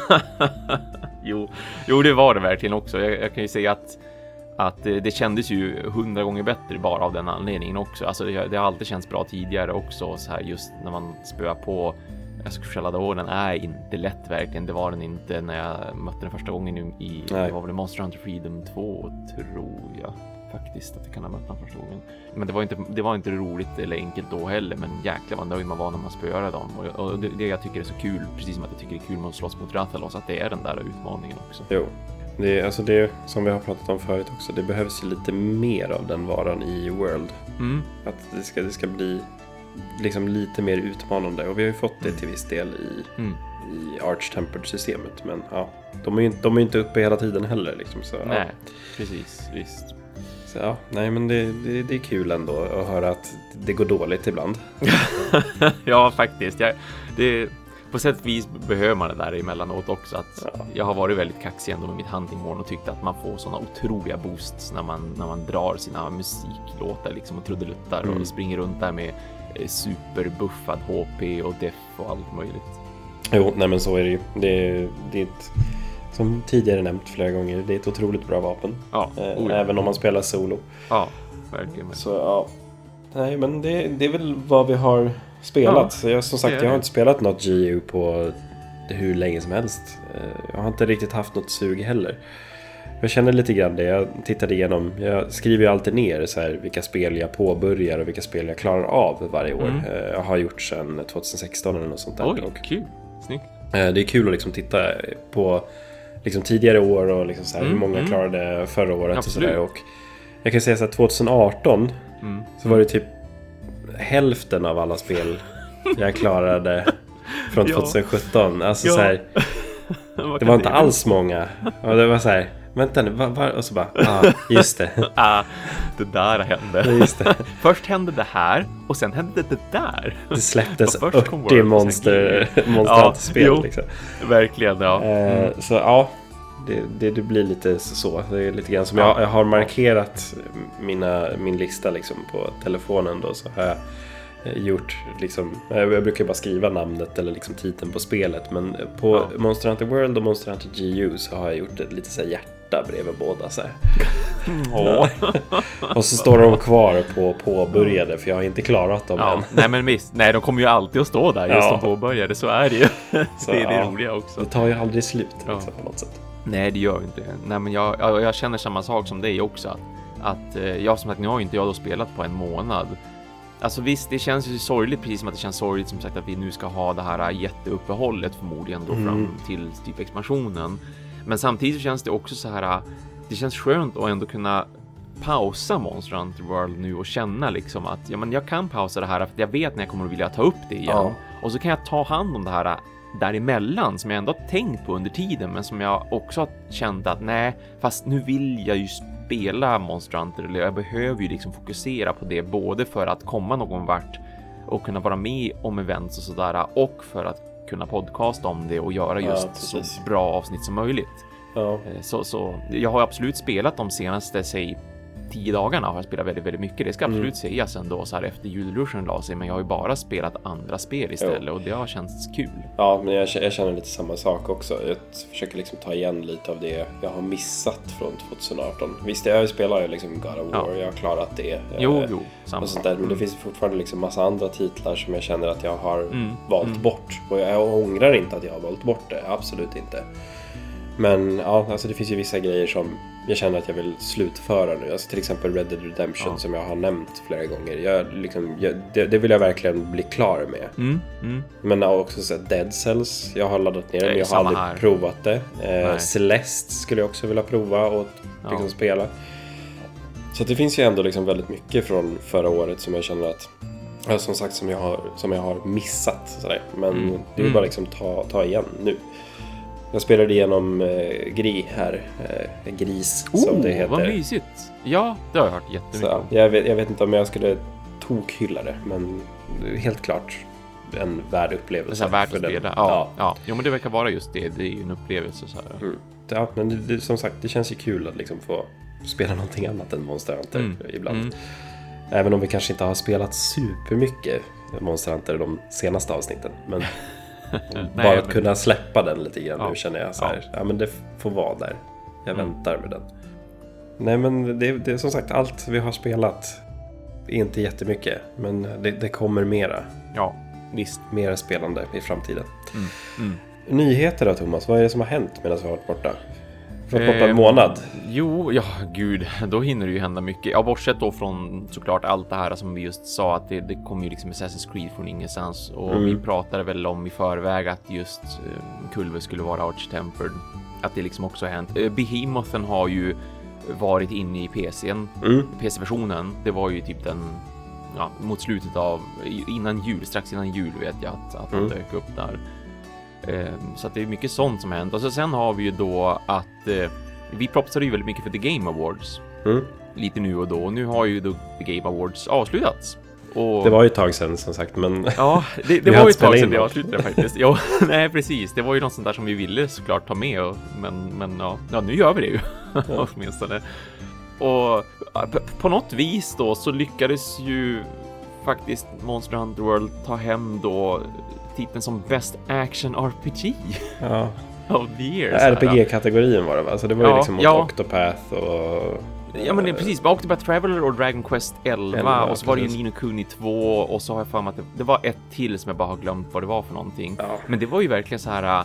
jo. jo, det var det verkligen också. Jag, jag kan ju säga att, att det kändes ju hundra gånger bättre bara av den anledningen också. Alltså det, det har alltid känts bra tidigare också. Så här just när man spöar på Kushalada Åran är inte lätt verkligen. Det var den inte när jag mötte den första gången i det var väl Monster Hunter Freedom två, tror jag. Faktiskt att det kan ha mött den första gången. Men det var inte, det var inte roligt eller enkelt då heller. Men jäklar vad nöjd man var när man spöade dem. Och, och det, det jag tycker är så kul, precis som att jag tycker det är kul med att slåss mot Rathalos, att det är den där utmaningen också. Jo, det är, alltså det som vi har pratat om förut också. Det behövs ju lite mer av den varan i World. Mm. Att det ska, det ska bli liksom lite mer utmanande. Och vi har ju fått det till viss del i, mm. i Arch-Tempered-systemet. Men ja, de är ju de är inte uppe hela tiden heller. Liksom, så, nej, ja. precis, visst. Så ja, nej men det, det, det är kul ändå att höra att det går dåligt ibland. Ja, faktiskt. Jag, det, på sätt och vis behöver man det där emellanåt också. Att ja. Jag har varit väldigt kaxig ändå med mitt hunting horn och tyckt att man får såna otroliga boosts när man, när man drar sina musiklåtar liksom och trudeluttar mm. och springer runt där med superbuffad H P och def och allt möjligt. Jo, nej men så är det ju. Det är, det är ett, som tidigare nämnt flera gånger, det är ett otroligt bra vapen. Ja, eh, även om man spelar solo. Ja, verkligen. Så ja, nej men det, det är väl vad vi har spelat. Ja, så jag, som sagt, jag har inte spelat något G U på hur länge som helst. Jag har inte riktigt haft något sug heller. Jag känner lite grann det. Jag tittade igenom. Jag skriver ju alltid ner så här, vilka spel jag påbörjar och vilka spel jag klarar av varje år. Mm. Jag har gjort sedan tjugohundrasexton eller något sånt där. Oj, kul. Snyggt. Det är kul att liksom titta på liksom tidigare år och liksom så här, mm, hur många mm. klarade förra året. Absolut. Och så där. Och jag kan säga så här, tjugoarton mm. så var det typ hälften av alla spel jag klarade från tjugosjutton. Alltså ja. så här, det var inte alls många. Och det var så här, vänta nu, var, var, och så bara, ah, just det. ah, det där hände. Just det. Först hände det här och sen hände det där. Det släpptes fyrtio monster, monsterspel. Ja, liksom. Verkligen, ja. Mm. Eh, så ja, det, det, det blir lite så. Det är lite grann som ja. jag, jag har markerat mina, min lista liksom på telefonen då, så har jag gjort liksom, jag brukar bara skriva namnet eller liksom titeln på spelet, men på ja. Monster Hunter World och Monster Hunter G U så har jag gjort ett lite så här hjärta bredvid båda så här. Ja. Och så står de kvar på påbörjade, för jag har inte klarat dem ja. än. Nej men visst, nej de kommer ju alltid att stå där just ja. de påbörjade, så är det ju. Så, det är det ja. roliga också. Det tar ju aldrig slut ja. liksom, på något sätt. Nej, det gör inte det. Nej, men jag, jag, jag känner samma sak som dig också, att, att jag som sagt, nu har ju inte jag då spelat på en månad. Alltså visst, det känns ju sorgligt, precis som att det känns sorgligt som sagt att vi nu ska ha det här jätteuppehållet förmodligen då mm. fram till typ expansionen. Men samtidigt så känns det också så här, det känns skönt att ändå kunna pausa Monster Hunter World nu och känna liksom att ja, men jag kan pausa det här för jag vet när jag kommer att vilja ta upp det igen. Ja. Och så kan jag ta hand om det här däremellan som jag ändå har tänkt på under tiden, men som jag också har känt att nej, fast nu vill jag ju spela Monster Hunter, eller jag behöver ju liksom fokusera på det, både för att komma någon vart och kunna vara med om events och sådär, och för att kunna podcasta om det och göra just ja, så bra avsnitt som möjligt. Ja. Så, så jag har absolut spelat de senaste, säg tio dagarna har jag spelat väldigt, väldigt mycket. Det ska absolut mm. sägas ändå så här efter julruschen la sig, men jag har ju bara spelat andra spel istället jo. och det har känts kul. Ja, men jag, jag känner lite samma sak också. Jag försöker liksom ta igen lite av det jag har missat från tjugoarton. Visst, jag spelar ju liksom God of War, ja. jag har klarat det. Jo, jo, samma. Och sånt där. Men det finns fortfarande liksom massa andra titlar som jag känner att jag har mm. valt mm. bort. Och jag ångrar inte att jag har valt bort det, absolut inte. Men ja, alltså det finns ju vissa grejer som jag känner att jag vill slutföra nu. Alltså till exempel Red Dead Redemption ja. som jag har nämnt flera gånger. Jag, liksom, jag, det, det vill jag verkligen bli klar med. Mm, mm. Men också så Dead Cells. Jag har laddat ner det, men jag har aldrig här. provat det. Eh, Celeste skulle jag också vilja prova och liksom ja. spela. Så det finns ju ändå liksom väldigt mycket från förra året som jag känner att ja, som sagt som jag har, som jag har missat. Sådär. Men mm. det är ju bara liksom ta, ta igen nu. Jag spelade igenom eh, Gri här, eh, Gris oh, som det heter. Vad mysigt. Ja, det har jag hört jättemycket. Så, jag, vet, jag vet inte om jag skulle tokhylla det, men helt klart en värd upplevelse. Det är värt att spela. Ja, ja. ja. Jo, men det verkar vara just det. Det är ju en upplevelse så här. Mm. Ja, men det, det, som sagt, det känns ju kul att liksom få spela någonting annat än Monster Hunter mm. ibland. Mm. Även om vi kanske inte har spelat supermycket Monster Hunter de senaste avsnitten, men Nej, bara att men... kunna släppa den lite grann ja. nu känner jag så här, ja. ja men det får vara där. Jag mm. väntar med den. Nej men det, det är som sagt allt vi har spelat är inte jättemycket, men det, det kommer mera. Ja, visst. Mera spelande i framtiden. Mm. Mm. Nyheter då Thomas, vad är det som har hänt medan vi har varit borta? För borta en månad. Jo, ja gud, då hinner det ju hända mycket. Ja, bortsett då från såklart allt det här som vi just sa, att det, det kommer ju liksom Assassin's Creed från ingenstans. Och mm. vi pratade väl om i förväg att just uh, Kulve skulle vara Arch-Tempered. Att det liksom också har hänt. Uh, Behemoth'n har ju varit inne i P C:n, mm. P C-versionen. Det var ju typ den, ja, mot slutet av, innan jul, strax innan jul vet jag att, att mm. han dök upp där. Så att det är mycket sånt som hänt. Och så sen har vi ju då att eh, vi propsade ju väldigt mycket för The Game Awards. Mm. Lite nu och då. Och nu har ju då The Game Awards avslutats. Och... Det var ju ett tag sedan som sagt, men... Ja, det, det var ju ett tag sedan det avslutade faktiskt. Ja, nej precis. Det var ju något sånt där som vi ville såklart ta med. Och, men men ja, ja, nu gör vi det ju. Ja. Åtminstone. Och på något vis då så lyckades ju faktiskt Monster Hunter World ta hem då titeln som Best Action R P G. Ja. Of the year. R P G-kategorin var det va? Så det var ju ja, liksom mot ja. Octopath och... Ja men det är precis, bara Octopath Traveler och Dragon Quest elva, elva och så var det ju Ni no Kuni två och så har jag för mig att det, det var ett till som jag bara har glömt vad det var för någonting. Ja. Men det var ju verkligen så här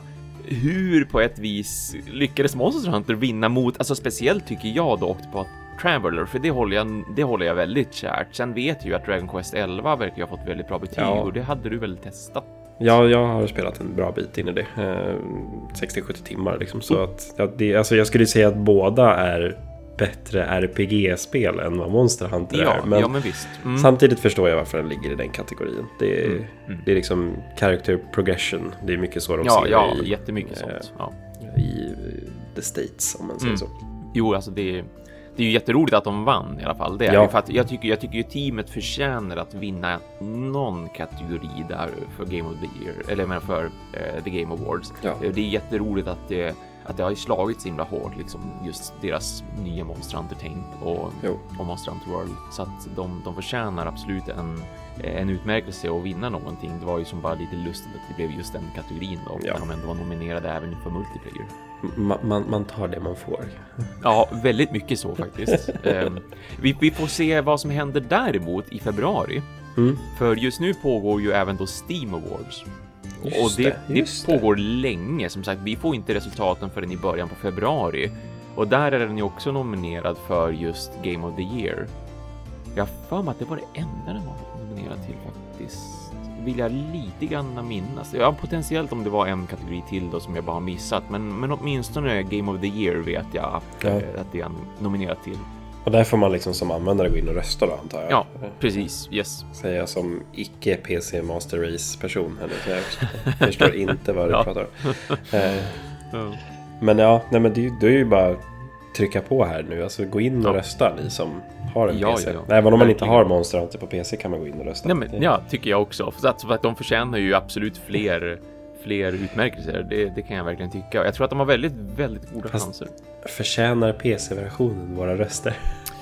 hur på ett vis lyckades Monster Hunter vinna mot, alltså speciellt tycker jag då Octopath Traveler, för det håller jag, det håller jag väldigt kärt. Sen vet jag ju att Dragon Quest elva verkar ha fått väldigt bra betyg, ja. Och det hade du väl testat? Ja, jag har spelat en bra bit in i det. Eh, sextio till sjuttio timmar liksom. Så mm. att, ja, det, alltså jag skulle säga att båda är bättre R P G-spel än vad Monster Hunter ja, är. Men, ja, men visst. Mm. Samtidigt förstår jag varför den ligger i den kategorin. Det är, mm. Mm. Det är liksom character progression. Det är mycket så de ja, ser ja, i, jättemycket eh, sånt. Ja. I The States, om man säger mm. så. Jo, alltså det är... Det är ju jätteroligt att de vann i alla fall. Det är ja. För att jag tycker jag tycker ju teamet förtjänar att vinna någon kategori där för Game of the Year eller men för uh, The Game Awards. Ja. Det är jätteroligt att det att det har slagit så himla hårt liksom just deras nya Monster Hunter Tank och, och Monster Hunter World, så att de de förtjänar absolut en en utmärkelse och vinna någonting. Det var ju som bara lite lustigt att det blev just den kategorin då, ja. När de ändå var nominerade även för multiplayer. Man, man, man tar det man får. Ja, väldigt mycket så faktiskt. um, vi, vi får se vad som händer däremot i februari. Mm. För just nu pågår ju även då Steam Awards. Just och det, det, det pågår det. länge. Som sagt, vi får inte resultaten förrän i början på februari. Och där är den ju också nominerad för just Game of the Year. Jag har för mig att det var det enda den var nominerad till faktiskt. Vill jag lite grann minnas. Ja, potentiellt om det var en kategori till då som jag bara har missat. Men, men åtminstone Game of the Year vet jag att, ja. att det är nominerat till. Och där får man liksom som användare gå in och rösta då, antar jag. Ja, precis. Yes. Säger jag som icke-P C Master Race-person. Eller så jag förstår inte vad du ja. pratar om. Eh, ja. Men ja, nej, men det, det är ju bara trycka på här nu. Alltså gå in och ja. rösta, ni som har en ja, P C. Ja, ja. Även om man inte har Monster Hunter på P C kan man gå in och rösta. Nej, men, ja, tycker jag också. För att, för att de förtjänar ju absolut fler, fler utmärkelser. Det, det kan jag verkligen tycka. Jag tror att de har väldigt, väldigt goda Fast chanser. Förtjänar P C-versionen våra röster?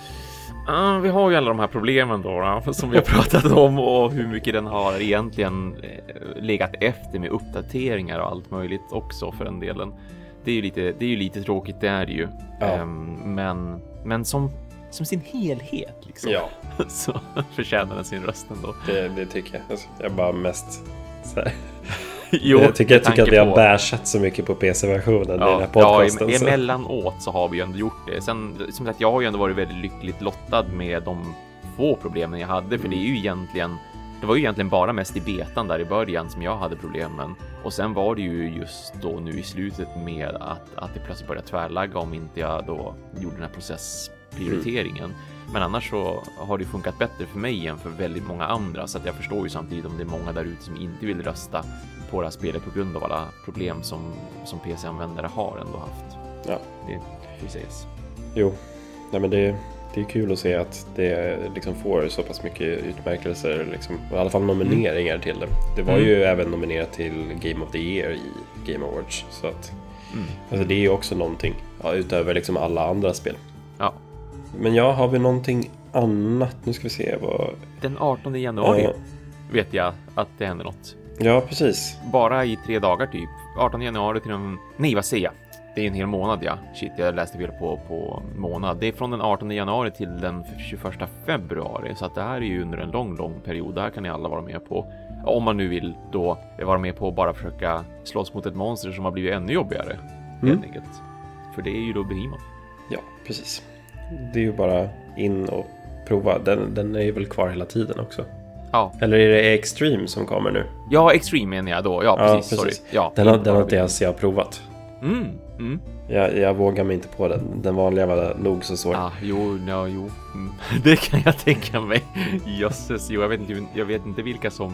Uh, vi har ju alla de här problemen då, då som vi har pratat om och hur mycket den har egentligen eh, legat efter med uppdateringar och allt möjligt också för den delen. Det är ju lite, det är ju lite tråkigt, det är det ju. Ja. Um, men, men som, som sin helhet liksom, ja. så förtjänar den sin röst ändå. Det, det tycker jag. Alltså, jag bara mest så här. Jo, jag tycker, jag tycker att vi har bärsat så mycket på P C-versionen ja, i den här podcasten. Ja, emellanåt så har vi ju ändå gjort det. Sen, som sagt, jag har ju ändå varit väldigt lyckligt lottad med de få problemen jag hade. För det är ju egentligen, det var ju egentligen bara mest i betan där i början som jag hade problemen. Och sen var det ju just då nu i slutet med att, att det plötsligt började tvärlagga om inte jag då gjorde den här processprioriteringen. Mm. Men annars så har det funkat bättre för mig än för väldigt många andra. Så att jag förstår ju samtidigt om det är många där ute som inte vill rösta på det här spelet på grund av alla problem som, som P C-användare har ändå haft. Ja. Det får sägas. Jo, nej men det, det är kul att se att det liksom får så pass mycket utmärkelser, liksom, i alla fall nomineringar mm. till det. Det var mm. ju även nominerat till Game of the Year i Game Awards. Så att, mm. alltså det är ju också någonting, ja, utöver liksom alla andra spel. Ja. Men ja, har vi någonting annat? Nu ska vi se vad... Den artonde januari uh, vet jag att det händer något. Ja, precis. Bara i tre dagar typ. artonde januari till den... Nej, vad säger jag? Det är en hel månad, ja. Shit, jag läste fel på, på månad. Det är från den artonde januari till den tjugoförsta februari. Så att det här är ju under en lång, lång period. Det här kan ni alla vara med på. Om man nu vill då vara med på att bara försöka slåss mot ett monster som har blivit ännu jobbigare. Mm. Helt enkelt. För det är ju då Behemoth. Ja, precis. Det är ju bara in och prova. Den, den är ju väl kvar hela tiden också. Ja. Eller är det Extreme som kommer nu? Ja, Extreme menar jag då. Ja, precis. Ja, precis. Sorry. Ja, den har, den har inte ens jag provat. Mm, mm. Jag, jag vågar mig inte på den. Den vanliga var nog så svår. Ah, jo, no, jo. Mm. Det kan jag tänka mig. Jösses, jo, jag vet inte, jag vet inte vilka som,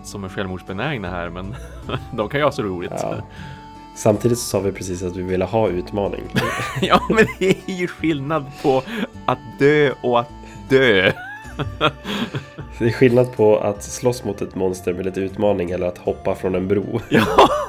som är självmordsbenägna här, men de kan ju ha så roligt. Ja. Samtidigt så sa vi precis att vi ville ha utmaning. Ja, men det är ju skillnad på att dö och att dö. Det är skillnad på att slåss mot ett monster med lite utmaning eller att hoppa från en bro. Ja,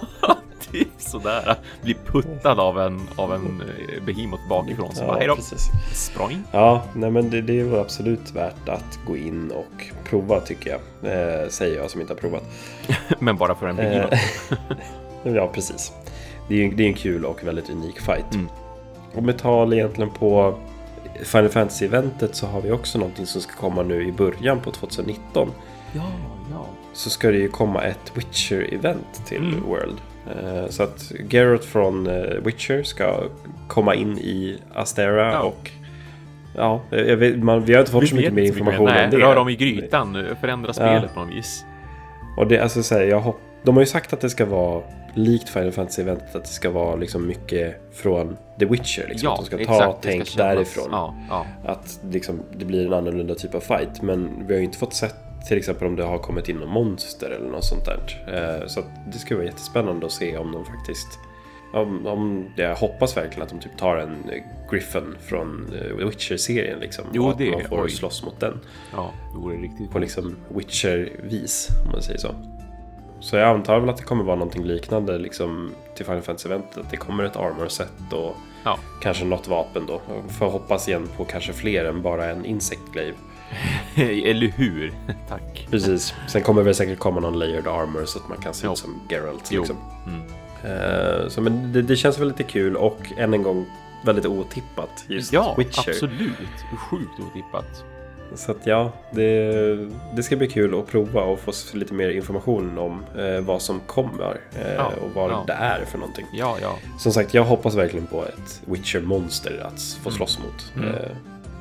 typ sådär. Bli puttad av en, av en behemoth bakifrån. Så ja, bara, hej då. Precis. Spring. Ja, nej men det, det var absolut värt att gå in och prova, tycker jag. Eh, säger jag som inte har provat. Men bara för en behemoth. Eh, ja, precis. Det är ju det är en kul och väldigt unik fight. Mm. Om vi tar egentligen på Final Fantasy-eventet så har vi också någonting som ska komma nu i början på tjugonitton. Ja, ja. Så ska det ju komma ett Witcher-event till Mm. World. Så att Geralt från Witcher ska komma in i Astera Ja. och ja, jag vet, man, vi har inte fått Vi så mycket vet mer inte så mycket information mer. om det. Nej, rör dem i grytan, förändra spelet Ja. på något vis. Och det, alltså, så här, jag hopp, de har ju sagt att det ska vara likt Final Fantasy-eventet, att det ska vara liksom mycket från The Witcher. Liksom, Ja, att de ska ta exakt, det ska tänk kännas- därifrån. Ja, ja. Att liksom, det blir en annorlunda typ av fight. Men vi har ju inte fått sett till exempel om det har kommit in någon monster eller något sånt där. Eh, så att det ska vara jättespännande att se om de faktiskt... Om, om jag hoppas verkligen att de typ tar en Griffin från eh, Witcher-serien liksom. Jo, och att det- man får oj. slåss mot den. Ja, det vore riktigt På liksom Witcher-vis, om man säger så. Så jag antar väl att det kommer vara någonting liknande liksom, till Final Fantasy-eventet. Att det kommer ett armor-set och Ja. kanske något vapen då. Får hoppas igen på kanske fler än bara en insect glaive. Eller hur? Tack. Precis. Sen kommer det säkert komma någon layered armor så att man kan se Jo. ut som Geralt. Jo. Liksom. Mm. Eh, så, men det, det känns väl lite kul och än en gång väldigt otippat. Just Ja, Witcher. absolut. Sjukt otippat. Så att ja, det, det ska bli kul att prova och få lite mer information om eh, vad som kommer eh, Ja, och vad ja. det är för någonting. Ja, ja. Som sagt, jag hoppas verkligen på ett Witcher-monster att få slåss mot. Mm. Eh,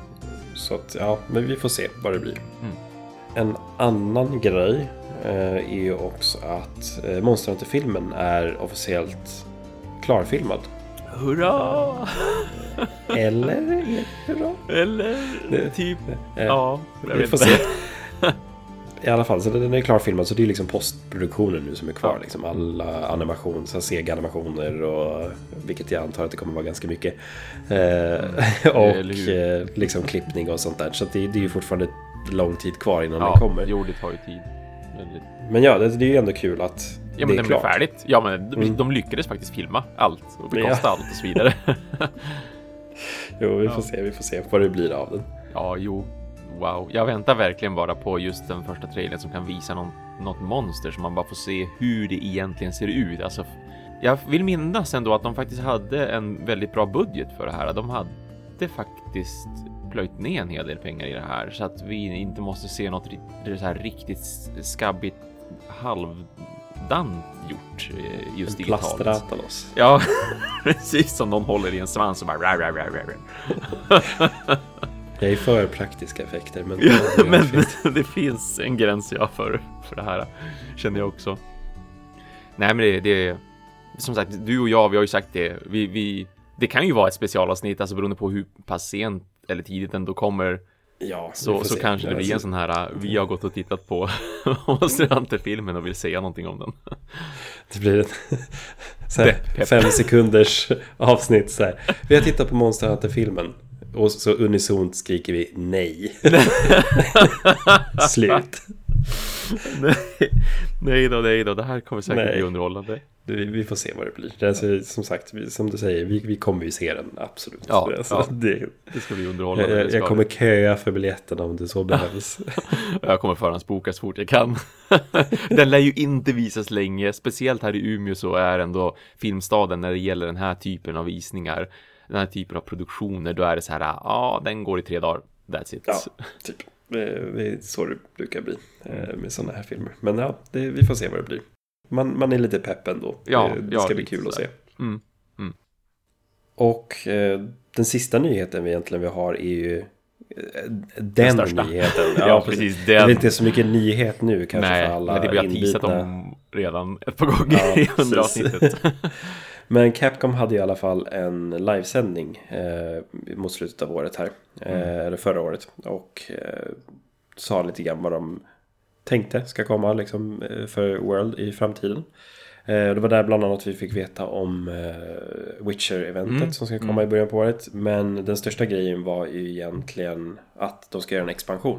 så att ja, men vi får se vad det blir. Mm. En annan grej eh, är ju också att eh, Monster Hunter-filmen är officiellt klarfilmad. Hurra! Eller är det bra? Eller Det- typ. Eh, Ja, jag vi vet får inte. se. I alla fall, så den är klarfilmad, så det är liksom postproduktionen nu som är kvar. Ja. Liksom alla animation, så Sega-animationer och vilket jag antar att det kommer vara ganska mycket. Eh, Eller och hur? eh, liksom klippning och sånt där. Så att det, det är ju fortfarande lång tid kvar innan Ja, den kommer. jo, det tar ju tid. Väldigt. Men ja, det, det är ju ändå kul att Ja, det men är den blev klart. färdigt. Ja, men de, Mm. de lyckades faktiskt filma allt och bekosta Ja. allt och så vidare. Jo, vi får Ja. se, vi får se vad det blir av den. Ja, jo. Wow. Jag väntar verkligen bara på just den första trailern som kan visa någon, något monster som man bara får se hur det egentligen ser ut. Alltså, jag vill minnas ändå att de faktiskt hade en väldigt bra budget för det här. De hade faktiskt plöjt ner en hel del pengar i det här så att vi inte måste se något ri- så här riktigt skabbigt halvdant gjort eh, just En digitalt. plastratalos. Ja, precis som någon håller i en svans och bara rar, rar, rar, rar. Jag är för praktiska effekter, men, Ja, det är men fint. det finns en gräns jag för, för det här, känner jag också. Nej, men det, det som sagt, du och jag, vi har ju sagt det. Vi, vi, det kan ju vara ett specialavsnitt, alltså beroende på hur pass sent eller tidigt den då kommer. Ja, vi Så, får så se. kanske det blir en sån här, vi har gått och tittat på Monster Hunter-filmen och vill säga någonting om den. Det blir ett så här, Pepp, pepp. fem sekunders avsnitt så här. Vi har tittat på Monster Hunter-filmen och så unisont skriker vi nej. Slut. nej, nej då, nej då, det här kommer säkert Nej. bli underhållande. Vi, vi får se vad det blir. Det är alltså, som sagt, vi, som du säger, vi, vi kommer ju se den, absolut. Ja, alltså, ja. Det, Det ska bli underhållande. jag, det ska jag kommer köa för biljetterna om det så behövs. Jag kommer förhandsboka så fort jag kan. Den lär ju inte visas länge. Speciellt här i Umeå så är ändå filmstaden när det gäller den här typen av visningar. Den här typen av produktioner. Då är det så här, ja, den går i tre dagar. That's it. Ja, typ. Det är så det brukar bli eh, med sådana här filmer. Men ja, det, vi får se vad det blir. Man, man är lite pepp ändå. Ja, det det ja, ska bli lite kul att se. sådär. Mm. Mm. Och eh, den sista nyheten vi egentligen vi har är ju eh, den största. nyheten. Ja, precis, Det den. är inte så mycket nyhet nu kanske Nej, för alla men det vi har teasat inbitna. om redan ett par gånger Ja, i hundra precis. avsnittet. Men Capcom hade i alla fall en livesändning eh, mot slutet av året här. Eh, Mm. Eller förra året. Och eh, sa lite grann vad de tänkte ska komma liksom, för World i framtiden. Det var där bland annat vi fick veta om Witcher-eventet mm. som ska komma mm. i början på året. Men den största grejen var ju egentligen att de ska göra en expansion.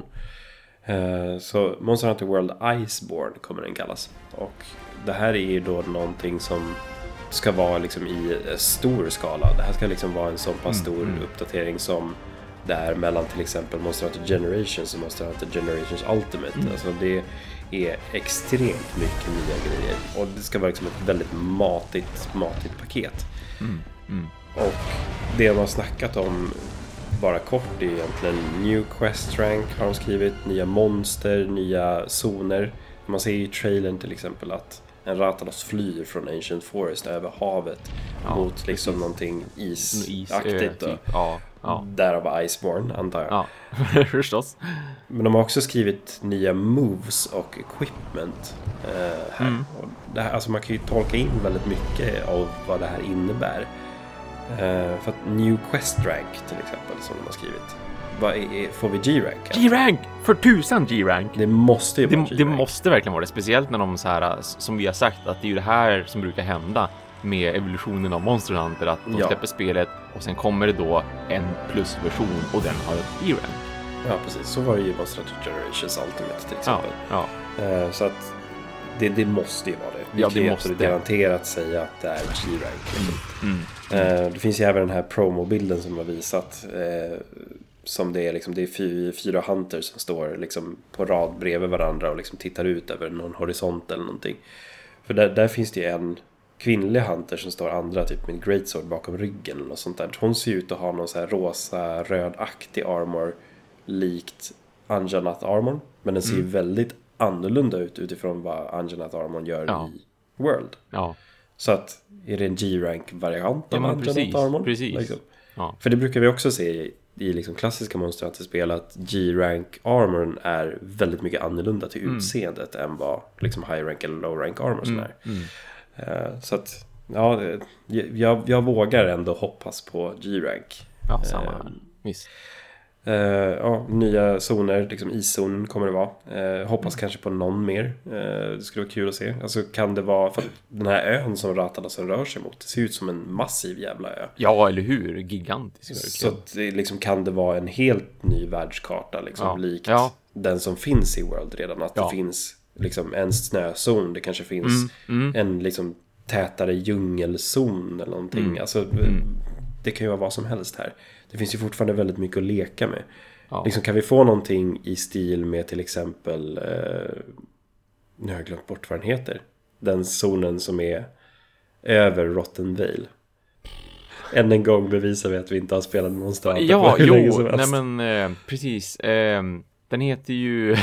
Så Monster Hunter World Iceborne kommer den kallas. Och det här är ju då någonting som ska vara liksom i stor skala. Det här ska liksom vara en så pass stor mm. uppdatering som det är mellan till exempel Monster Hunter Generations och Monster Hunter Generations Ultimate. Mm. Alltså det är extremt mycket nya grejer. Och det ska vara liksom ett väldigt matigt, matigt paket. Mm. Mm. Och det de har snackat om bara kort är egentligen New Quest Rank har de skrivit. Nya monster, nya zoner. Man ser i trailern till exempel att en Rathalos flyr från Ancient Forest över havet ja, mot liksom någonting isaktigt. Typ. Ja, ja. Därav Iceborne, antar jag. Ja, förstås. Men de har också skrivit nya moves och equipment eh, här. Mm. Och det här. Alltså man kan ju tolka in väldigt mycket av vad det här innebär. Eh, för att New Quest Rank till exempel som de har skrivit. Vad är, får vi G-rank? G-rank! För tusan G-rank! Det måste ju vara det, det måste verkligen vara det. Speciellt när de så här, som vi har sagt, att det är ju det här som brukar hända med evolutionen av Monster Hunter. Att de ja. släpper spelet och sen kommer det då en plusversion och den har ett G-rank. Ja, precis. Så var det ju Monster Hunter Generations Ultimate till exempel. Ja, ja. Uh, så att det, det måste ju vara det. Vi ja, det måste det. garanterat säga att det är G-rank. Mm. Mm. Uh, det finns ju även den här promo-bilden som har visat... Uh, som det är liksom, det är fy, fyra hunters som står liksom på rad bredvid varandra och liksom tittar ut över någon horisont eller någonting. För där, där finns det ju en kvinnlig hunter som står andra typ med en greatsword bakom ryggen eller något sånt där. Hon ser ut att ha någon så här rosa rödaktig armor likt Anjanath armor, men den ser mm. ju väldigt annorlunda ut utifrån vad Anjanath armor gör ja. i World. Ja. Så att är det en G-rank variant ja, av Anjanath armor? Precis. Liksom. Ja. För det brukar vi också se i i liksom klassiska Monster Hunter-spel att G-rank armorn är väldigt mycket annorlunda till mm. utseendet än vad liksom high-rank eller low-rank armor mm. är. Mm. Uh, så att ja, jag, jag vågar ändå hoppas på G-rank. Ja, samma här. Uh, Visst. Uh, ja, nya zoner, liksom iszonen kommer det vara. Uh, hoppas mm. kanske på någon mer. Uh, det skulle vara kul att se. Alltså kan det vara, för den här ön som Rathalosen rör sig mot, det ser ut som en massiv jävla ö. Ja, eller hur? Gigantisk. Så att det, liksom, kan det vara en helt ny världskarta liksom, ja. likt ja. den som finns i World redan. Att ja. det finns liksom en snözon, det kanske finns mm. Mm. en liksom tätare djungelzon eller någonting. Mm. Alltså mm. det kan ju vara vad som helst här. Det finns ju fortfarande väldigt mycket att leka med. Ja. Liksom, kan vi få någonting i stil med till exempel eh, nu har jag glömt bort vad den heter. Den zonen som är över Rotten Vale. Än en gång bevisar vi att vi inte har spelat Monster Hunter ja, på hur jo, länge som helst. Nej men eh, precis. Eh, den heter ju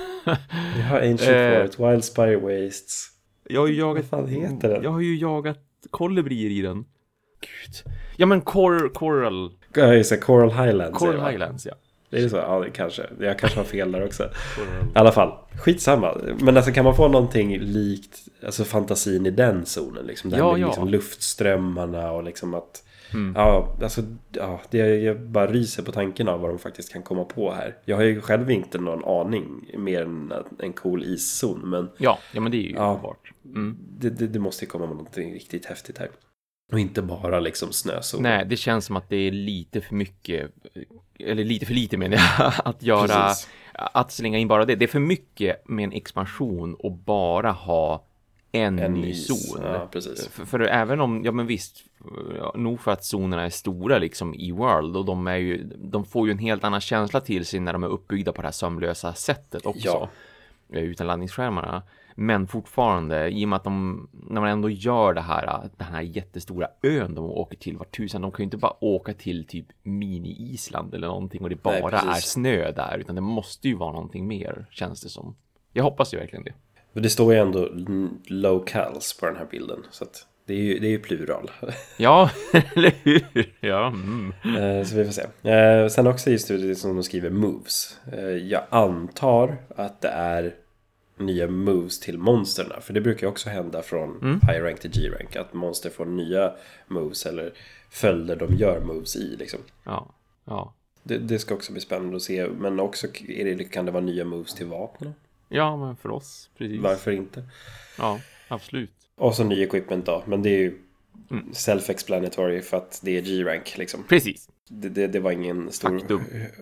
vi har Ancient Forest, eh, Wildspire Wastes. Jag har ju jagat, vad fan heter den? Jag har ju jagat kolibrier i den. Gud. Ja men Cor- Coral Ja, just det, Coral Highlands. Coral Highlands, ja. Det är så, ja det kanske. Jag kanske har fel där också. I alla fall, skitsamma. Men alltså kan man få någonting likt alltså fantasin i den zonen liksom, där ja, med ja. Liksom luftströmmarna och liksom att mm. ja, alltså ja, det, jag bara ryser på tanken av vad de faktiskt kan komma på här. Jag har ju själv inte någon aning mer än en cool iszon, men ja, ja men det är ju ja, bort. Mm. Det, det, det måste ju komma med någonting riktigt häftigt här. Och inte bara liksom snözon. Nej, det känns som att det är lite för mycket, eller lite för lite menar jag, att göra, precis. Att slänga in bara det. Det är för mycket med en expansion och bara ha en, en ny zon. Ja, precis. För, för även om, ja men visst, nog för att zonerna är stora liksom i World och de är ju, de får ju en helt annan känsla till sig när de är uppbyggda på det här sömlösa sättet också. Ja. Utan landningsskärmarna. Men fortfarande, i och med att de, när man ändå gör det här, den här jättestora ön de åker till var tusen, de kan ju inte bara åka till typ mini-Island eller någonting och det bara Nej, är snö där, utan det måste ju vara någonting mer, känns det som. Jag hoppas ju verkligen det. Det står ju ändå locals på den här bilden, så att det är ju, det är ju plural. Ja, eller hur? Ja. Mm. Så vi får se. Sen också just det som de skriver moves. Jag antar att det är nya moves till monsterna, för det brukar ju också hända från mm. high rank till G-rank att monster får nya moves eller följder de gör moves i liksom. Ja, ja. Det, det ska också bli spännande att se, men också är det, kan det vara nya moves till vapen? Ja, men för oss, precis. Varför inte? Ja, absolut. Och så ny equipment då, men det är ju Mm. self-explanatory för att det är G-rank liksom. Precis. Det, det, det var ingen stor Faktum.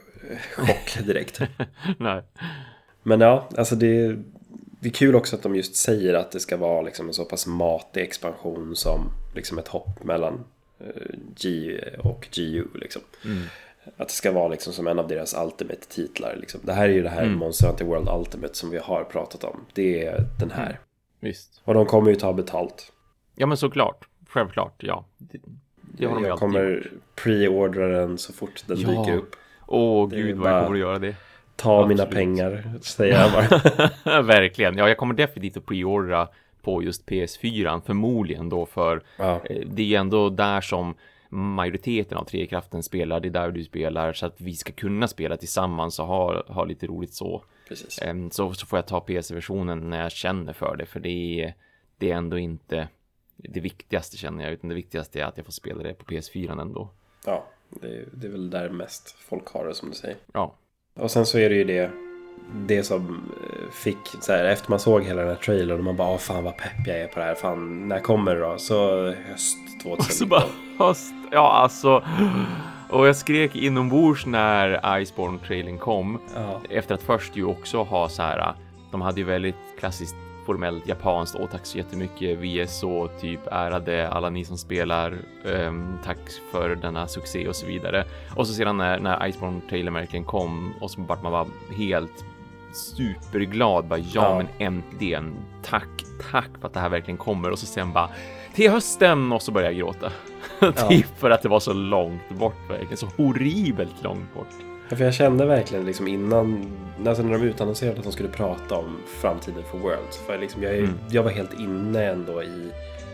chock direkt. Nej. Men ja, alltså det, det är kul också att de just säger att det ska vara liksom en så pass matig expansion som liksom ett hopp mellan uh, G och G U liksom. Mm. Att det ska vara liksom som en av deras Ultimate-titlar liksom. Det här är ju det här Mm. Monster Hunter World Ultimate som vi har pratat om. Det är den här. Mm. Visst. Och de kommer ju ta betalt. Ja, men såklart. Självklart, ja. Det, det har de ju Jag alltid kommer gjort. pre-ordra den så fort den Ja. dyker upp. Åh, Det är gud vad jag bara- kommer att göra det. Ta Absolut. mina pengar, säger jag bara. Verkligen. Ja, jag kommer definitivt att preordra på just P S fyra förmodligen då, för Ja. eh, det är ju ändå där som majoriteten av Trekraften spelar, det är där du spelar, så att vi ska kunna spela tillsammans och ha, ha lite roligt så. Precis. Em, så. Så får jag ta P C-versionen när jag känner för det, för det är, det är ändå inte det viktigaste, känner jag, utan det viktigaste är att jag får spela det på P S fyra ändå. Ja, det är, det är väl där mest folk har det, som du säger. Ja. Och sen så är det ju det Det som eh, fick så här, efter man såg hela den här trailern och man bara, åh fan vad pepp jag är på det här. Fan, när kommer det då? Så höst Och tjugonitton. så bara, höst, ja alltså. Och jag skrek inombords när Iceborne-trailern kom. Ja. Efter att först ju också ha så här, de hade ju väldigt klassiskt formellt japanskt, och tack så jättemycket V S och typ ärade alla ni som spelar, um, tack för denna succé och så vidare. Och så sedan när, när Iceborne-trailern verkligen kom och så vart man bara helt superglad, bara ja, Ja. men äntligen, tack, tack för att det här verkligen kommer. Och så sen bara till hösten, och så började jag gråta. Typ för att det var så långt bort, verkligen så horribelt långt bort. Ja, för jag kände verkligen liksom innan, alltså när de utannonserade att de skulle prata om framtiden för World, för liksom jag, är, Mm. jag var helt inne ändå i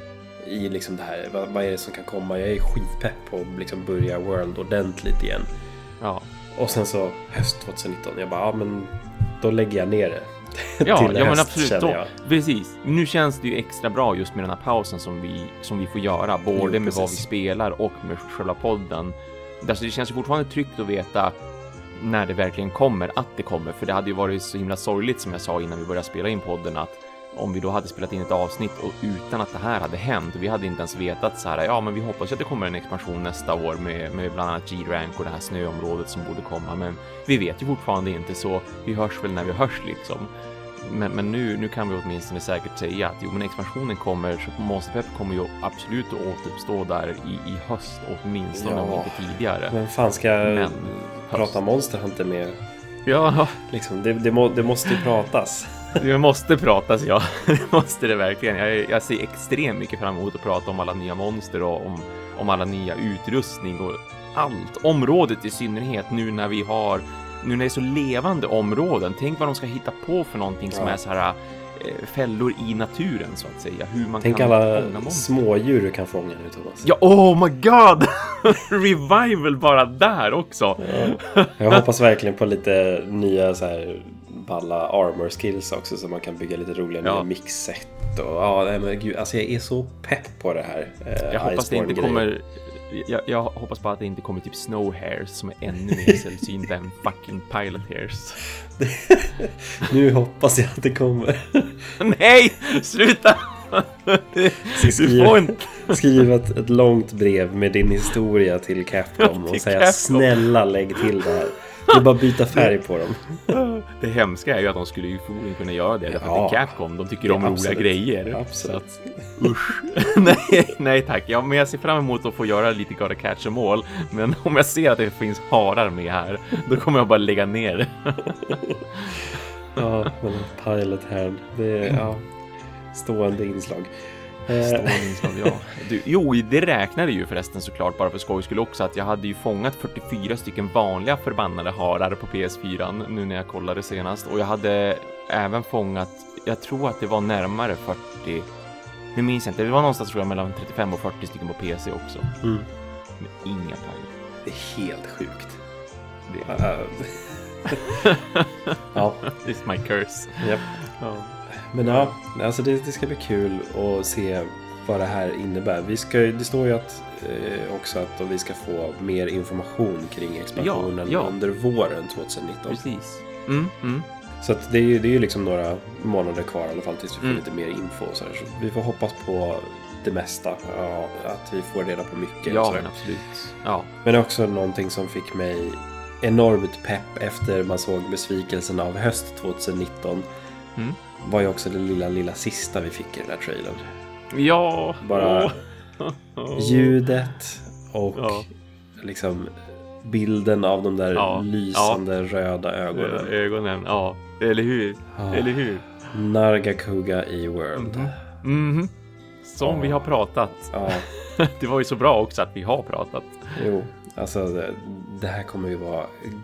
i liksom det här, vad, vad är det som kan komma? Jag är skitpepp på att liksom börja World ordentligt igen. Ja. Och sen så höst tjugonitton, jag bara, ja men då lägger jag ner det. Ja, Till ja men höst, absolut. känner Då, jag. precis. Nu känns det ju extra bra just med den här pausen som vi, som vi får göra. Både Jo, med precis. vad vi spelar och med själva podden. Alltså, det känns ju fortfarande tryggt att veta när det verkligen kommer, att det kommer. För det hade ju varit så himla sorgligt, som jag sa innan vi började spela in podden, att om vi då hade spelat in ett avsnitt och utan att det här hade hänt, vi hade inte ens vetat så här, ja men vi hoppas att det kommer en expansion nästa år med, med bland annat G-rank och det här snöområdet som borde komma, men vi vet ju fortfarande inte, så vi hörs väl när vi hörs liksom. Men, men nu, nu kan vi åtminstone säkert säga att jo, men expansionen kommer, så Monster Pep kommer ju absolut att återuppstå där i, i höst åtminstone, Ja. om inte tidigare. Men fan ska jag Men, prata höst. Monster Hunter med Ja, liksom, det, det, må, det måste ju pratas. det måste pratas, ja. Det måste det verkligen. Jag, jag ser extremt mycket fram emot att prata om alla nya monster och om, om alla nya utrustning och allt. Området i synnerhet, nu när vi har, nu när det är så levande områden. Tänk vad de ska hitta på för någonting som Ja. är så här eh, fällor i naturen, så att säga. Hur man Tänk kan alla fånga monster. smådjur du kan fånga nu, Thomas. Ja, oh my god! Revival bara där också. Ja. Jag hoppas verkligen på lite nya så här balla armor skills också, så man kan bygga lite roliga Ja. nya mixset och ja, nej, men gud, alltså jag är så pepp på det här. Eh, Jag hoppas det inte Iceborne-grejen. kommer. Jag, jag hoppas bara att det inte kommer typ snow hairs som är ännu mer sällsynta än fucking pilot hairs. Nu hoppas jag att det kommer. Nej, sluta! Du får inte. Skriv ett, ett långt brev med din historia till Capcom och Till säga Capcom. snälla lägg till det här. Det är bara att byta färg på dem. Det hemska är ju att de skulle ju förmodligen kunna göra det. Därför Ja. att det är Capcom, de tycker om Ja, roliga absolut. grejer. Absolut. Så att, usch. nej, nej tack. Ja, men jag ser fram emot att få göra lite gotta catch em all. Men om jag ser att det finns harar med här, då kommer jag bara lägga ner. Ja, men pilot hand, det är ja, stående inslag. Eh, Stående inslag, ja. Du, jo, det räknade ju förresten såklart, bara för skoj skulle också, att jag hade ju fångat fyrtiofyra stycken vanliga förbannade harar på P S fyra nu när jag kollade senast. Och jag hade även fångat, jag tror att det var närmare fyrtio, nu minns jag inte, det var någonstans tror jag mellan trettiofem och fyrtio stycken på P C också. Mm. Men inga pilot. Det är helt sjukt. Det Uh, ja, is my curse. japp. Ja. Men ja, alltså det, det ska bli kul att se vad det här innebär. Vi ska, det står ju att, eh, också att vi ska få mer information kring expansionen Ja, ja. under våren tjugonitton. Precis. Mm, mm. Så att det är ju det är ju liksom några månader kvar i alla fall tills vi får Mm. lite mer info och så där. Så vi får hoppas på det mesta, ja, att vi får reda på mycket och Ja, så där. men absolut. Ja. Men också någonting som fick mig enormt pepp efter man såg besvikelsen av höst tjugonitton Mm. var ju också det lilla, lilla sista vi fick i den här trailern. Ja. Bara Åh. ljudet och Ja. liksom bilden av de där Ja. lysande röda ögonen. Ögonen, ja. Eller hur? Ah. Eller hur? Nargacuga i World. Mhm. Mhm. Som Ja. vi har pratat. Ja, Det var ju så bra också att vi har pratat. jo. Alltså det, det här kommer ju vara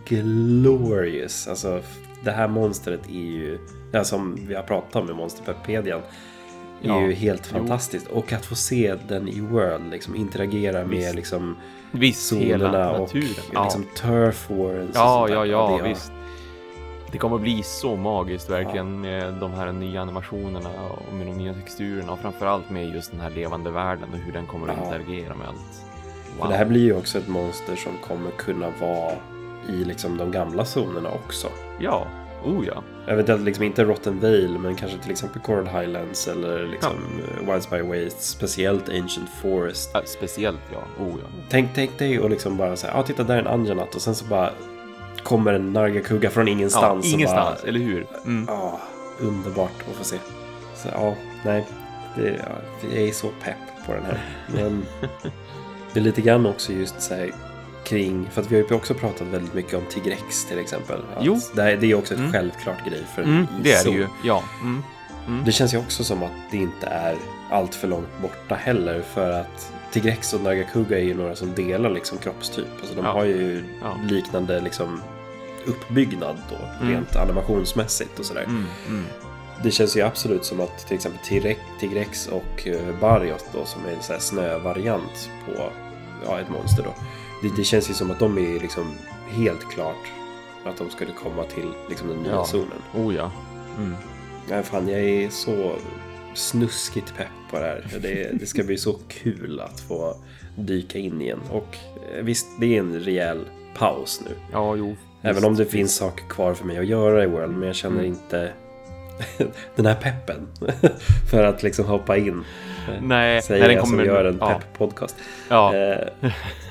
glorious. Alltså det här monstret är ju, ja, som vi har pratat om i Monsterpedian, är Ja. ju helt Jo. fantastiskt. Och att få se den i World, liksom interagera med Visst. liksom Visst, hela zonerna och naturen. Ja, liksom turf wars. och ja, sånt där. ja, ja, det, visst. Det kommer bli så magiskt verkligen med de här nya animationerna och med de nya texturerna och framförallt med just den här levande världen och hur den kommer att Ja. interagera med allt. Wow. För det här blir ju också ett monster som kommer kunna vara i liksom de gamla zonerna också. Ja, oh ja. Eventuellt liksom inte Rotten Vale, men kanske till exempel Coral Highlands eller liksom ja. Wilds by Waste, speciellt Ancient Forest. Ja, speciellt ja, oh ja. Tänk, tänk dig och liksom bara säga, ja ah, titta där är en Anjanat och sen så bara kommer en Nargacuga från ingenstans. Ja, ingenstans, bara, eller hur? Mm. Ja, underbart att få se. Så ja, nej, det, ja, jag är så pepp på den här. Men det är lite grann också just så här kring, för att vi har ju också pratat väldigt mycket om Tigrex till exempel. Att Jo. Det, här, det är också ett Mm. självklart grej för en Mm, det är det iszon. ju, ja. Mm. Mm. Det känns ju också som att det inte är allt för långt borta heller, för att Tigrex och Nargacuga är ju några som delar liksom kroppstyp. Alltså de Ja. har ju Ja. liknande liksom uppbyggnad då, Mm. rent animationsmässigt och sådär. Mm. Mm. Det känns ju absolut som att till exempel Tigrex, Tigrex och uh, Barrios då, som är en sån här snövariant på ja, ett monster då. Det, det känns ju som att de är liksom helt klart att de skulle komma till liksom den nya Ja. zonen. Oh ja. Mm. Ja, fan, jag är så snuskigt pepp på det här. Det, det ska bli så kul att få dyka in igen. Och eh, visst, det är en rejäl paus nu. Ja, jo. Även Visst, om det visst. finns saker kvar för mig att göra i World. Men jag känner Mm. inte den här peppen för att liksom hoppa in. Nej, Säger när den jag kommer, som gör en ja. pepp-podcast. Ja. Eh,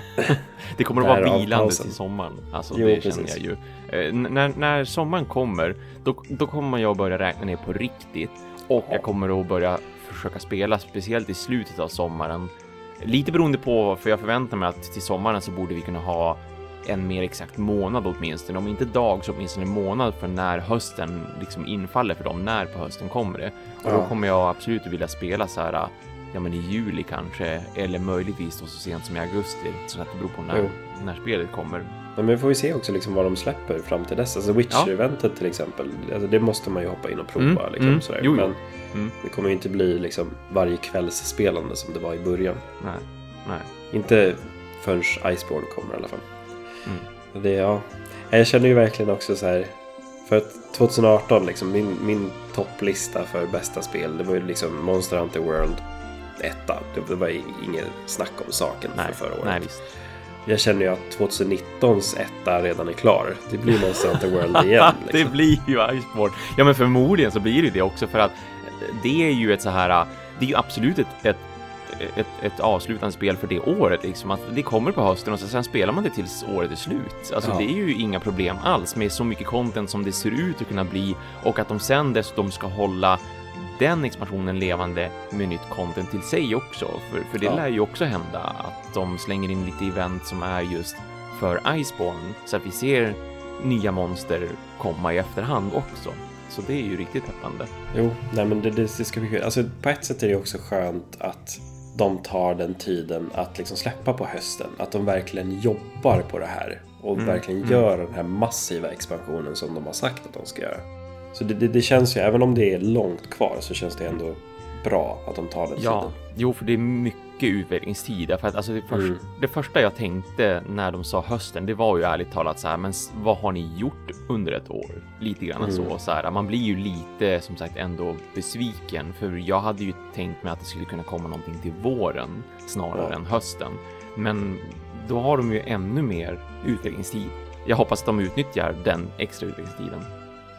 Det kommer att vara Därav vilande pausen. till sommaren. Alltså Jo, det precis. känner jag ju. Eh, n- när, när sommaren kommer, då, då kommer jag börja räkna ner på riktigt. Och jag kommer att börja försöka spela, speciellt i slutet av sommaren. Lite beroende på, för jag förväntar mig att till sommaren så borde vi kunna ha en mer exakt månad åtminstone. Om inte dag så åtminstone en månad för när hösten liksom infaller för dem. När på hösten kommer det. Och då Ja. kommer jag absolut att vilja spela så här, ja men i juli kanske, eller möjligtvis då så sent som i augusti, så att det beror på när, Jo. när spelet kommer. Men vi får ju se också liksom vad de släpper fram till dess. Alltså Witcher-eventet till exempel. Alltså det måste man ju hoppa in och prova. Mm, Liksom, mm, sådär. jo, jo. Men Mm. det kommer ju inte bli liksom varje kvälls spelande som det var i början. Nej, nej. Inte förrän Iceborne kommer i alla fall. Mm. Det, ja. Jag känner ju verkligen också så här. För att tjugo arton, liksom, min, min topplista för bästa spel, det var ju liksom Monster Hunter World etta. Det, det var inget snack om saken Nej, för förra året. nej visst. Jag känner ju att tjugonitton:s etta redan är klar. Det blir Monster Hunter World igen. Det Liksom. blir ju Iceborne. Ja men förmodligen så blir det det också för att det är ju ett så här, det är ju absolut ett, ett, ett, ett avslutande spel för det året liksom, att det kommer på hösten och så sen spelar man det tills året är slut. Alltså Ja. det är ju inga problem alls med så mycket content som det ser ut att kunna bli och att de sen dessutom ska hålla den expansionen levande med nytt content till sig också. För, för det Ja. lär ju också hända att de slänger in lite event som är just för Iceborne så att vi ser nya monster komma i efterhand också. Så det är ju riktigt peppande. Jo, nej men det, det, det ska bli kul. Alltså på ett sätt är det också skönt att de tar den tiden att liksom släppa på hösten. Att de verkligen jobbar på det här. Och Mm, verkligen mm. gör den här massiva expansionen som de har sagt att de ska göra. Så det, det, det känns ju, även om det är långt kvar, så känns det ändå bra att de tar den Ja, tiden. jo för det är mycket utvecklingstid. För att alltså det, för, Mm. det första jag tänkte när de sa hösten, det var ju ärligt talat så här, men s- vad har ni gjort under ett år? Lite grann Mm. så, så här. Man blir ju lite som sagt ändå besviken. För jag hade ju tänkt mig att det skulle kunna komma någonting till våren snarare Ja. än hösten. Men då har de ju ännu mer utvecklingstid. Jag hoppas att de utnyttjar den extra utvecklingstiden.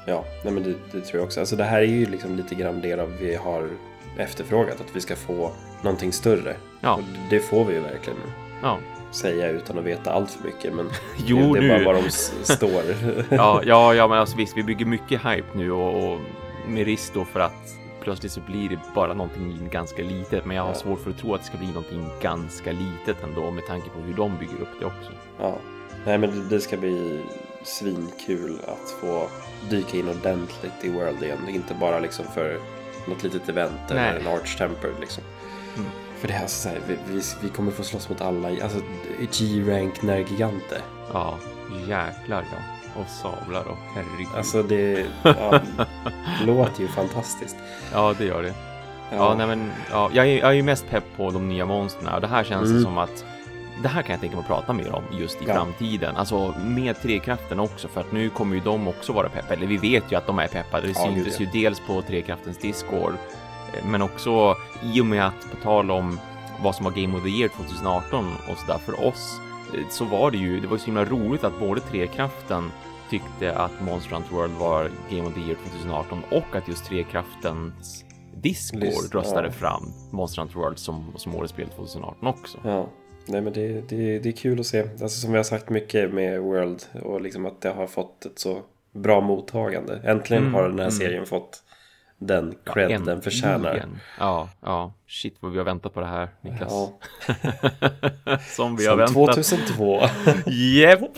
Ja, nej men det, det tror jag också. Alltså det här är ju liksom lite grann det vi har efterfrågat, att vi ska få någonting större. Ja. Och det får vi ju verkligen Ja. säga utan att veta allt för mycket, men jo, det, det är nu. bara var de s- står. ja, ja, ja, men alltså visst, vi bygger mycket hype nu och, och med risk då för att plötsligt så blir det bara någonting ganska litet, men jag har ja. svårt för att tro att det ska bli någonting ganska litet ändå med tanke på hur de bygger upp det också. Ja, nej men det, det ska bli svinkul att få dyka in ordentligt i World igen, inte bara liksom för något litet event eller Nej. en Arch Temper liksom. Mm. För det här så här, vi, vi, vi kommer få slåss mot alla, alltså G-rank när giganter. Ja, jäklar ja. Och sablar och herregud. Alltså det ja, låter ju fantastiskt. Ja, det gör det. Ja, Ja, nej men ja, jag, är, jag är ju mest pepp på de nya monsterna och det här känns Mm. som att det här kan jag tänka mig att prata mer om just i Ja. framtiden. Alltså med trekraften också, för att nu kommer ju de också vara peppade. Eller vi vet ju att de är peppade. Det Ja, syntes gud, ju dels på trekraftens Discord, eh, men också i och med att på tal om vad som var Game of the Year tjugo arton och sådär för oss, eh, så var det ju, det var ju så himla roligt att både trekraften tyckte att Monster Hunter World var Game of the Year tjugo arton och att just trekraftens Discord List, röstade ja. fram Monster Hunter World som, som årets spel tjugo arton också. ja. Nej men det, det, det är kul att se. Alltså som vi har sagt mycket med World och liksom att det har fått ett så bra mottagande. Äntligen Mm, har den här mm. serien fått den cred Ja, den förtjänar. äntligen. Ja, ja. Shit vad vi har väntat på det här, Niklas. Ja. Som vi har Som väntat. tjugohundratvå. Japp!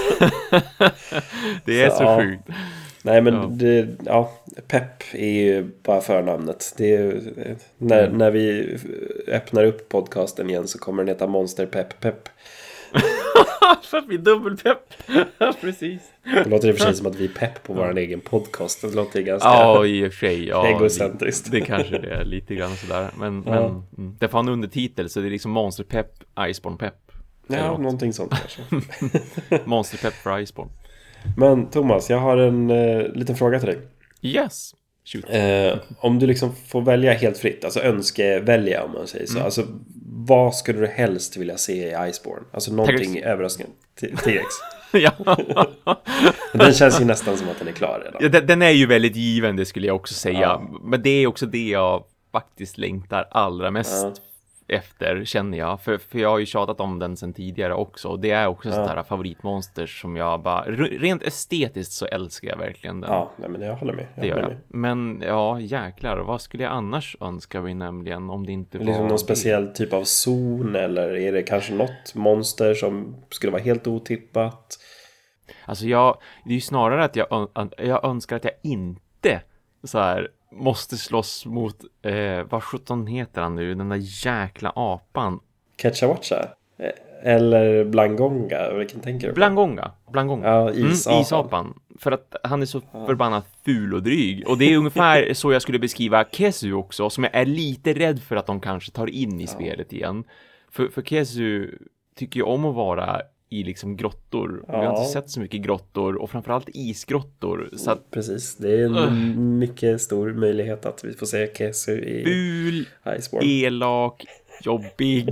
Det är Så, så, ja. sjukt. Nej men Ja. det, ja, pepp är ju bara förnamnet. Det är ju, när, Mm. när vi öppnar upp podcasten igen så kommer den heta Monster Pepp Pepp. För att vi är dubbelpepp. Precis. Det låter i och för sig som att vi är pepp på vår egen podcast. Det låter ganska Ja, i och för sig. Ja, egocentriskt. Det, det kanske det är lite grann sådär. Men, Ja. men mm, det får en undertitel så det är liksom Monster Pepp, Iceborne Pepp. Eller Ja, något. någonting sånt kanske. Monster Pepp för Iceborne. Men Thomas, jag har en eh, liten fråga till dig. Yes. Shoot. Eh, om du liksom får välja helt fritt, alltså önskevälja om man säger så. Mm. Alltså, vad skulle du helst vilja se i Iceborne? Alltså någonting T-Rex. överraskande. T- T-Rex. Ja. Men den känns ju nästan som att den är klar redan. Ja, den, den är ju väldigt given, det skulle jag också säga. Ja. Men det är också det jag faktiskt längtar allra mest Ja. efter, känner jag. För, för jag har ju tjatat om den sedan tidigare också. Och det är också Ja. sånt här favoritmonster som jag bara... Rent estetiskt så älskar jag verkligen den. Ja, nej, men jag håller med. Jag Det gör håller jag. med. Men ja, jäklar. Vad skulle jag annars önska mig nämligen om det inte var... Liksom någon det? speciell typ av zon, eller är det kanske något monster som skulle vara helt otippat? Alltså jag... Det är ju snarare att jag, ön, jag önskar att jag inte så här måste slåss mot... Eh, vad sjutton heter han nu? Den där jäkla apan. Quetzalcoatl? Eller Blangonga? Vilken tänker du på? Blangonga. Blangonga. Ja, isapan. Mm, isapan. För att han är så förbannat ful och dryg. Och det är ungefär så jag skulle beskriva Kesu också. Som jag är lite rädd för att de kanske tar in i spelet igen. För, för Kesu tycker ju om att vara i liksom grottor. Och Ja. vi har inte sett så mycket grottor. Och framförallt isgrottor. Så att Precis, det är en Uh. mycket stor möjlighet att vi får se Kesu i ful, Iceborne. elak, jobbig.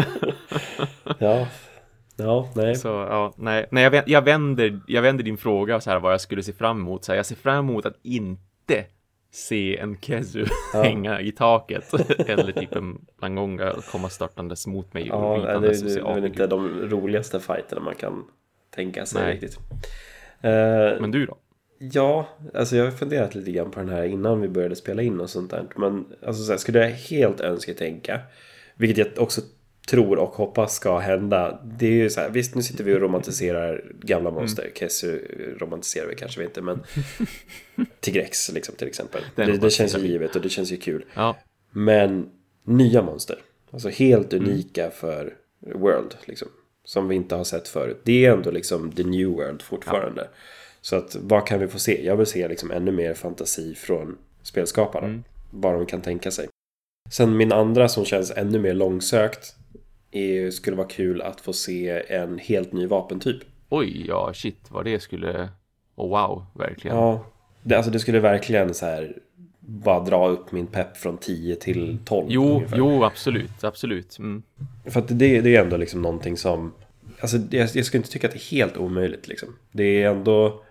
Ja, ja, nej. Så ja, nej, nej jag, vä- jag, vänder, jag vänder din fråga så här vad jag skulle se fram emot. Så här, jag ser fram emot att inte se en Kesu Ja. hänga i taket. Eller typ en Blangonga komma störtandes mot mig. och Ja, det, ritandes och det, se det är väl apig inte ut. de roligaste fighterna man kan tänka sig Nej. riktigt. Eh, Men du då? Ja, alltså jag har funderat lite grann på den här innan vi började spela in och sånt där. Men alltså så här, skulle jag helt önska tänka, vilket jag också tror och hoppas ska hända, det är ju så här, visst nu sitter vi och romantiserar gamla monster. Mm. Kesu romantiserar vi kanske inte, men Tigrex liksom, till exempel. Den Det, det känns ju romantiserar vi. givet och det känns ju kul. Ja, Men nya monster, alltså helt Mm. unika för World liksom, som vi inte har sett förut. Det är ändå liksom the new world fortfarande. Så att vad kan vi få se? Jag vill se liksom ännu mer fantasi från spelskaparna. Mm. Vad de kan tänka sig. Sen min andra som känns ännu mer långsökt är, skulle vara kul att få se en helt ny vapentyp. oj, ja, shit, vad det skulle... Oh, wow, verkligen. Ja, det, alltså det skulle verkligen så här bara dra upp min pepp från tio till tolv. Jo, ungefär. jo, absolut, absolut. Mm. För att det, det är ändå liksom någonting som... Alltså jag, jag skulle inte tycka att det är helt omöjligt liksom. Det är ändå...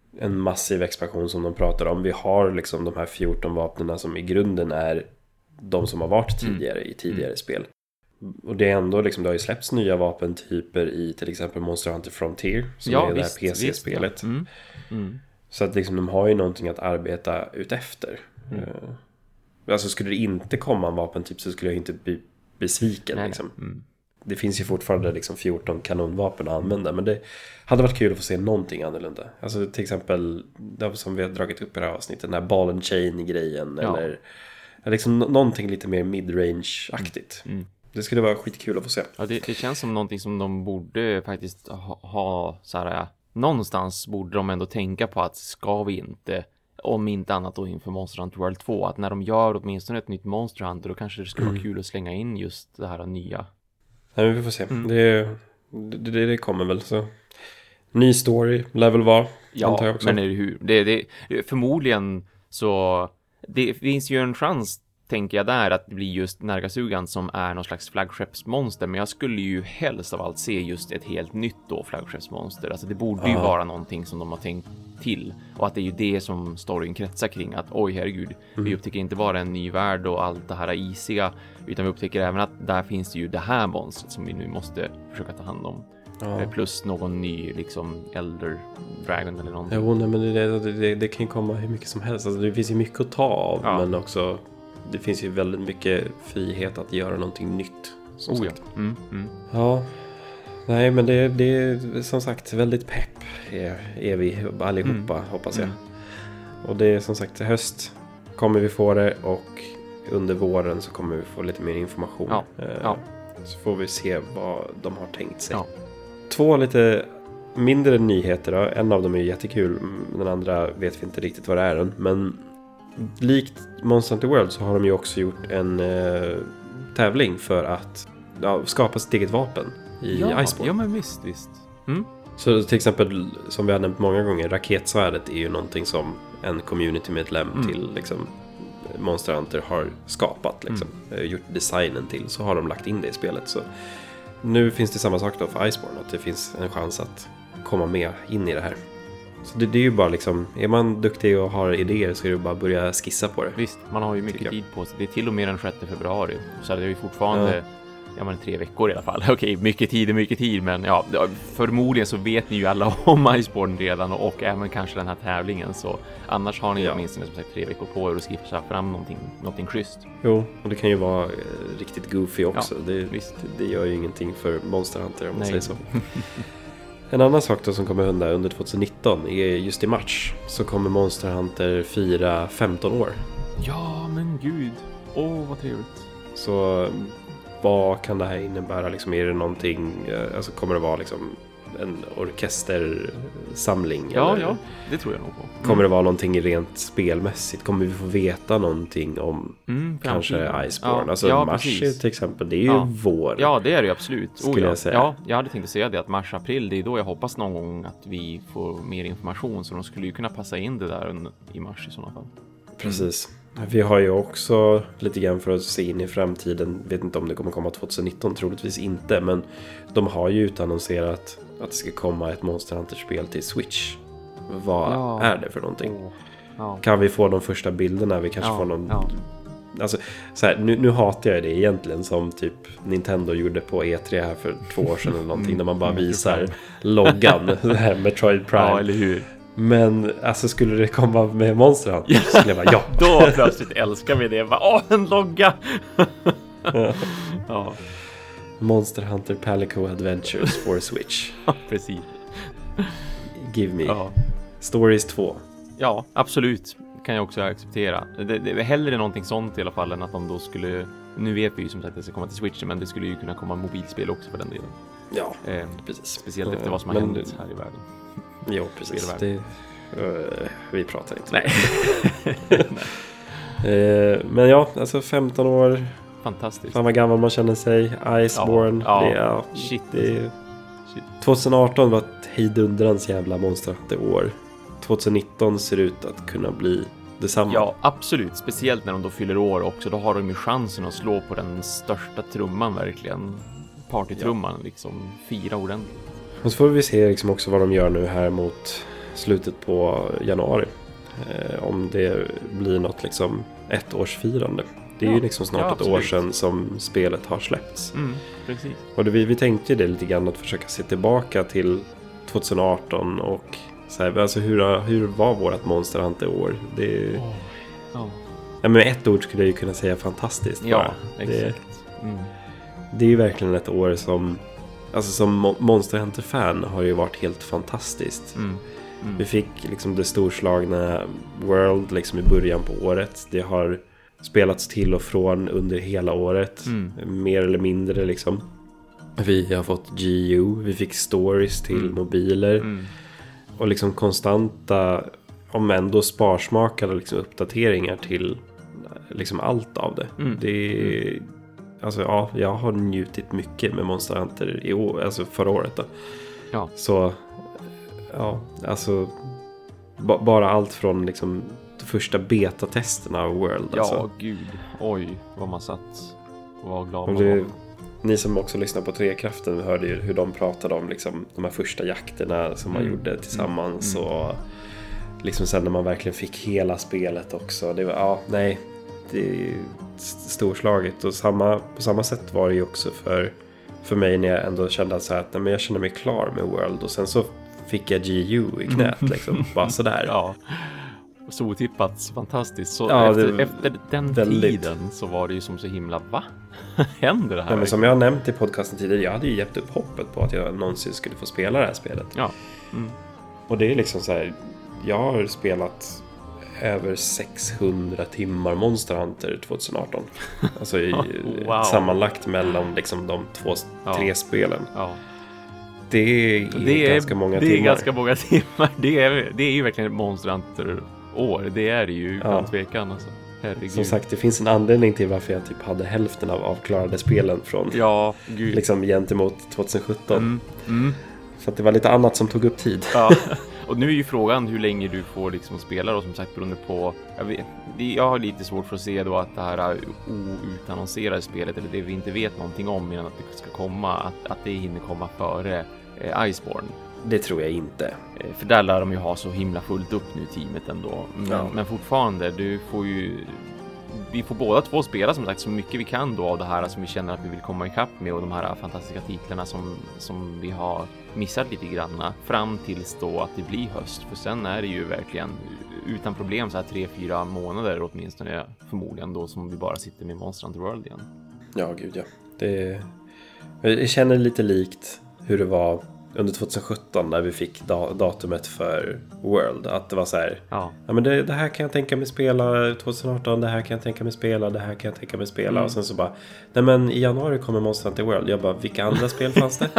en massiv expansion som de pratar om. Vi har liksom de här fjorton vapnena som i grunden är de som har varit tidigare mm. i tidigare mm. spel. Och det är ändå liksom, det har ju släppts nya vapentyper i till exempel Monster Hunter Frontier som ja, är det här P C-spelet. Visst, ja. mm. Mm. Så att liksom, de har ju någonting att arbeta utefter. Mm. Uh, alltså skulle det inte komma en vapentyp så skulle jag inte bli besviken. Nej, liksom. Mm. Det finns ju fortfarande liksom fjorton kanonvapen att använda, men det hade varit kul att få se någonting annorlunda. Alltså till exempel det som vi har dragit upp i det här avsnittet, den här ball and chain-grejen ja. Eller liksom någonting lite mer mid-range-aktigt. Mm. Mm. Det skulle vara skitkul att få se. Ja, det, det känns som någonting som de borde faktiskt ha, ha så här, någonstans borde de ändå tänka på att ska vi inte, om inte annat då inför Monster Hunter World två, att när de gör åtminstone ett nytt Monster Hunter då kanske det skulle mm. vara kul att slänga in just det här nya. Nej, men vi får se. Mm. Det, det, det kommer väl så. Ny story, level var. Ja, jag också. Men är det hur? Det, det, förmodligen så det finns ju en chans, tänker jag där, att det blir just Nargasugan som är någon slags flaggskeppsmonster. Men jag skulle ju helst av allt se just ett helt nytt då flaggskeppsmonster. Alltså det borde ju Aha. vara någonting som de har tänkt till. Och att det är ju det som storyn kretsar kring. Att oj herregud, mm. vi upptäcker inte bara en ny värld och allt det här isiga. Utan vi upptäcker även att där finns det ju det här monstret som vi nu måste försöka ta hand om. Ja. Plus någon ny liksom Elder Dragon eller någonting. Jo, nej, men det, det, det, det kan ju komma hur mycket som helst. Alltså, det finns ju mycket att ta av, ja. Men också det finns ju väldigt mycket frihet att göra någonting nytt. Som oh, sagt. Ja. Mm, mm. ja. Nej, men det, det är som sagt väldigt pepp är, är vi allihopa, mm. hoppas jag. Mm. Och det är som sagt till höst kommer vi få det, och under våren så kommer vi få lite mer information. Ja. Eh, ja. Så får vi se vad de har tänkt sig. Ja. Två lite mindre nyheter då. En av dem är jättekul. Den andra vet vi inte riktigt vad det är än. Men likt Monster Hunter World så har de ju också gjort en eh, tävling för att ja, skapa sitt eget vapen i ja, Iceborne. Ja, men visst, visst. Mm. Så till exempel, som vi har nämnt många gånger, raketsvärdet är ju någonting som en community-medlem mm. till liksom, Monster Hunter har skapat. Liksom, mm. gjort designen till, så har de lagt in det i spelet. Så nu finns det samma sak då för Iceborne, att det finns en chans att komma med in i det här. Så det, det är ju bara liksom, är man duktig och har idéer så är det bara att börja skissa på det. Visst, man har ju mycket tid på sig. Det är till och med den sjätte februari. Så det är ju fortfarande ja. Ja, men tre veckor i alla fall. Okej, mycket tid är mycket tid, men ja, förmodligen så vet ni ju alla om Iceborne redan och, och även kanske den här tävlingen. Så annars har ni ja. åtminstone som sagt tre veckor på er att skippa fram någonting, någonting schysst. Jo, och det kan ju vara eh, riktigt goofy också. Ja, det, visst. det gör ju ingenting för Monster Hunter om man Nej. säger så. En annan sak då som kommer hända under tjugonitton är just i mars så kommer Monster Hunter fira femton år. Ja, men gud. Åh, oh, vad trevligt. Så vad kan det här innebära? Liksom, är det någonting, alltså kommer det vara liksom en orkestersamling? Ja, eller? Ja, det tror jag nog på. Mm. Kommer det vara någonting rent spelmässigt? Kommer vi få veta någonting om mm, kanske Iceborne? Ja, alltså ja, mars precis. till exempel, det är ju ja. vår. Ja, det är det ju absolut. Skulle oh, ja. jag säga. Ja, jag hade tänkt att säga det, att mars, april, det är då jag hoppas någon gång att vi får mer information. Så de skulle ju kunna passa in det där i mars i sådana fall. Precis. Vi har ju också lite grann för att se in i framtiden. Vet inte om det kommer komma tjugonitton, troligtvis inte. Men de har ju utannonserat att det ska komma ett Monster Hunter-spel till Switch. Vad ja. är det för någonting? Oh. Ja. Kan vi få de första bilderna? Vi kanske ja. får någon... Ja. Alltså, så här, nu, nu hatar jag det egentligen som typ Nintendo gjorde på E tre här för två år sedan eller någonting. När man bara visar loggan. Det här Metroid Prime. Ja, eller hur? Men alltså skulle det komma med Monster Hunter så skulle jag bara ja. Då plötsligt älskar vi det. Bara, åh, en logga! ja. Ja. Monster Hunter Palico Adventures for Switch. Ja, precis. Give me. Ja. Stories två. Ja, absolut. Kan jag också acceptera. Det, det är hellre någonting sånt i alla fall än att de då skulle... Nu vet vi ju som sagt att det ska komma till Switch, men det skulle ju kunna komma mobilspel också för den delen. Ja, eh, precis. Speciellt efter vad som har men, hänt här i världen. Jo, precis. Det, uh, vi pratar inte. Nej. Nej. uh, men ja, alltså femton år. Fantastiskt. Fan vad gammal man känner sig. Iceborne. Ja, det, ja, shit. Det, shit. tjugoarton var ett hejdundrans jävla monsterår. tjugonitton ser ut att kunna bli detsamma. Ja, absolut. Speciellt när de då fyller år också. Då har de ju chansen att slå på den största trumman verkligen. Partytrumman, ja. Liksom. Fira ordentligt. Och så får vi se liksom också vad de gör nu här mot slutet på januari. Eh, om det blir något liksom ett årsfirande. Det är ja, ju liksom snart ja, ett år sedan som spelet har släppts. Mm, precis. Och det, vi, vi tänkte det lite grann att försöka se tillbaka till tjugo arton och så här, alltså hur, hur var vårat Monster Hunter år? Det, oh. Oh. Ja, men ett ord skulle jag ju kunna säga fantastiskt. Ja, bara. exakt. Det, mm. det är ju verkligen ett år som, alltså som Monster Hunter-fan har ju varit helt fantastiskt. Mm. Mm. Vi fick liksom det storslagna World liksom i början på året. Det har spelats till och från under hela året. Mm. Mer eller mindre liksom. Vi har fått G U. Vi fick stories till mm. mobiler. Mm. Och liksom konstanta, om ändå sparsmakade liksom uppdateringar till liksom allt av det. Mm. Det är, alltså ja, jag har njutit mycket med Monster Hunter i år, alltså förra året då. Ja. Så ja, alltså b- bara allt från liksom de första betatesterna av World. Ja, alltså. Gud. Oj, vad man satt och var glad och man det, var. Ni som också lyssnar på Trekraften hörde ju hur de pratade om liksom de här första jakterna som man mm. gjorde tillsammans mm. och liksom sen när man verkligen fick hela spelet också. Det var, ja, nej, det är storslaget. Och samma, på samma sätt var det ju också för, för mig när jag ändå kände att, så här, att nej, men jag kände mig klar med World. Och sen så fick jag G U i knät liksom, bara sådär. Ja, så otippat, fantastiskt. Så ja, efter, det, efter den väldigt... tiden så var det ju som så himla, va? Händer det här? Nej, men som jag har nämnt i podcasten tidigare, jag hade ju gett upp hoppet på att jag någonsin skulle få spela det här spelet. Ja. Mm. Och det är liksom så här, jag har spelat över sexhundra timmar Monster Hunter tjugo arton. Alltså i, wow. sammanlagt mellan liksom de två, ja. tre spelen. Ja. Det är, det är ganska många det timmar. Det är ganska många timmar. Det är, det är ju verkligen Monster Hunter-år. Det är det ju utan ja. tvekan. Alltså. Herregud. Som sagt, det finns en anledning till varför jag typ hade hälften av avklarade spelen från ja, gud. liksom gentemot tjugo sjutton. Mm. Mm. För att det var lite annat som tog upp tid. Ja. Och nu är ju frågan hur länge du får liksom spela då, som sagt, beroende på, jag, vet, jag har lite svårt för att se då att det här outannonserade spelet, eller det vi inte vet någonting om innan att det ska komma, att, att det hinner komma före eh, Iceborne. Det tror jag inte. Eh, för där lär de ju ha så himla fullt upp nu teamet ändå. Men, ja. men fortfarande, du får ju, vi får båda två spela som sagt så mycket vi kan då av det här som vi känner att vi vill komma ikapp med, och de här fantastiska titlarna som, som vi har missat lite grann fram tills då att det blir höst. För sen är det ju verkligen utan problem så här tre, fyra månader åtminstone förmodligen då som vi bara sitter med Monster Hunter World igen. Ja, gud ja. Det, jag känner lite likt hur det var under tjugo sjutton när vi fick datumet för World, att det var så här, ja, ja men det, det här kan jag tänka mig spela tjugo arton, det här kan jag tänka mig spela, det här kan jag tänka mig spela mm. och sen så bara, nej men i januari kommer Monster Hunter World. Jag bara, vilka andra spel fanns det?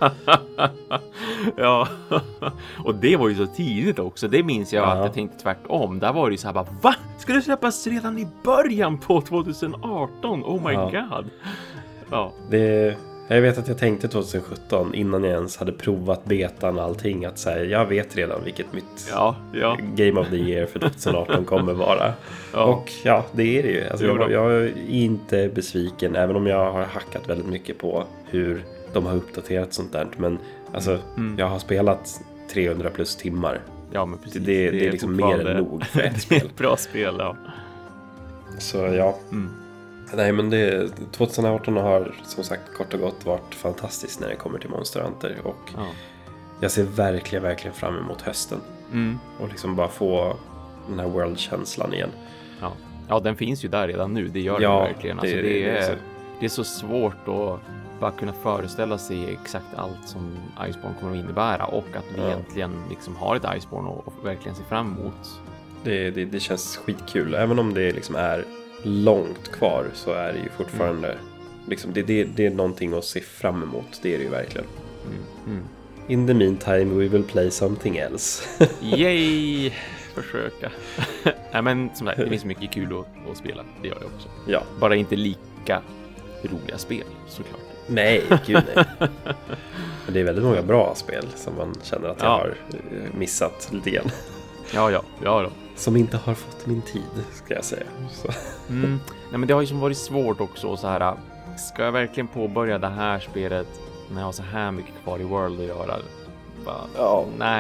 Ja, och det var ju så tidigt också. Det minns jag ja. att jag tänkte tvärtom. Där var det ju så här bara, va? Ska det släppas redan i början på tjugo arton? Oh my ja. god. Ja, det jag vet att jag tänkte tjugo sjutton innan jag ens hade provat betan och allting att säga, jag vet redan vilket mitt ja, ja. Game of the Year för tjugo arton kommer vara. Ja. Och ja, det är det ju. Alltså, jag, jag är inte besviken, även om jag har hackat väldigt mycket på hur de har uppdaterat sånt där. Men alltså, mm. jag har spelat trehundra plus timmar. Ja, men precis. Det, det, det, det är liksom mer än nog för ett spel. Bra spel, ja. Så ja. Mm. Nej, men det, tjugo arton har som sagt kort och gott varit fantastiskt när det kommer till Monster Hunter. Och ja. jag ser verkligen, verkligen fram emot hösten. Mm. Och liksom bara få den här world-känslan igen. Ja. ja, den finns ju där redan nu. Det gör ja, det verkligen. Alltså, det, det, det, är, det, är det är så svårt att bara kunna föreställa sig exakt allt som Iceborne kommer att innebära. Och att vi ja. egentligen liksom har ett Iceborne och, och verkligen ser fram emot. Det, det, det känns skitkul. Även om det liksom är långt kvar så är det ju fortfarande mm. liksom, det, det, det är någonting att se fram emot. Det är det ju verkligen. Mm. Mm. In the meantime we will play something else. Yay! Försöka. Nej, men som sagt, det finns mycket kul att, att spela. Det gör jag också. Ja. Bara inte lika roliga spel, såklart. Nej, gud nej. Men det är väldigt många bra spel som man känner att jag ja. har missat lite grann. Ja, ja, ja då. Som inte har fått min tid, ska jag säga. Så. Mm. Nej, men det har ju som varit svårt också. Så här, ska jag verkligen påbörja det här spelet när jag har så här mycket kvar i World att göra? Bara, ja. Nej,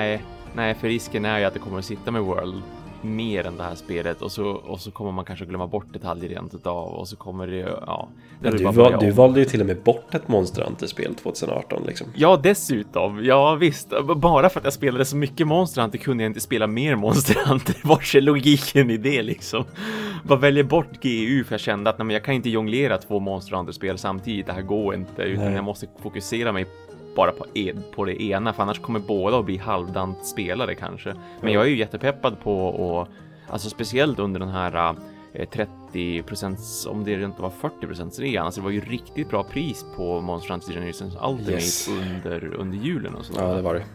Nej, för risken är ju att det kommer att sitta med World mer än det här spelet och så, och så kommer man kanske glömma bort detaljer rent utav och så kommer det, ja. Det du, val, du valde ju till och med bort ett Monster Hunter-spel tjugoarton liksom. Ja, dessutom. Ja, visst. Bara för att jag spelade så mycket Monster Hunter kunde jag inte spela mer Monster Hunter. Vart är logiken i det liksom? Bara välja bort G U för jag kände att nej, men jag kan inte jonglera två Monster Hunter-spel samtidigt. Det här går inte, utan nej. Jag måste fokusera mig bara på, e- på det ena, för annars kommer båda att bli halvdant spelare kanske. Men jag är ju jättepeppad på och alltså speciellt under den här eh, trettio procent, om det inte var fyrtio procent rean, alltså det var ju riktigt bra pris på Monster Hunter Generations Ultimate yes. under, under julen och sådär. Ja, det var det.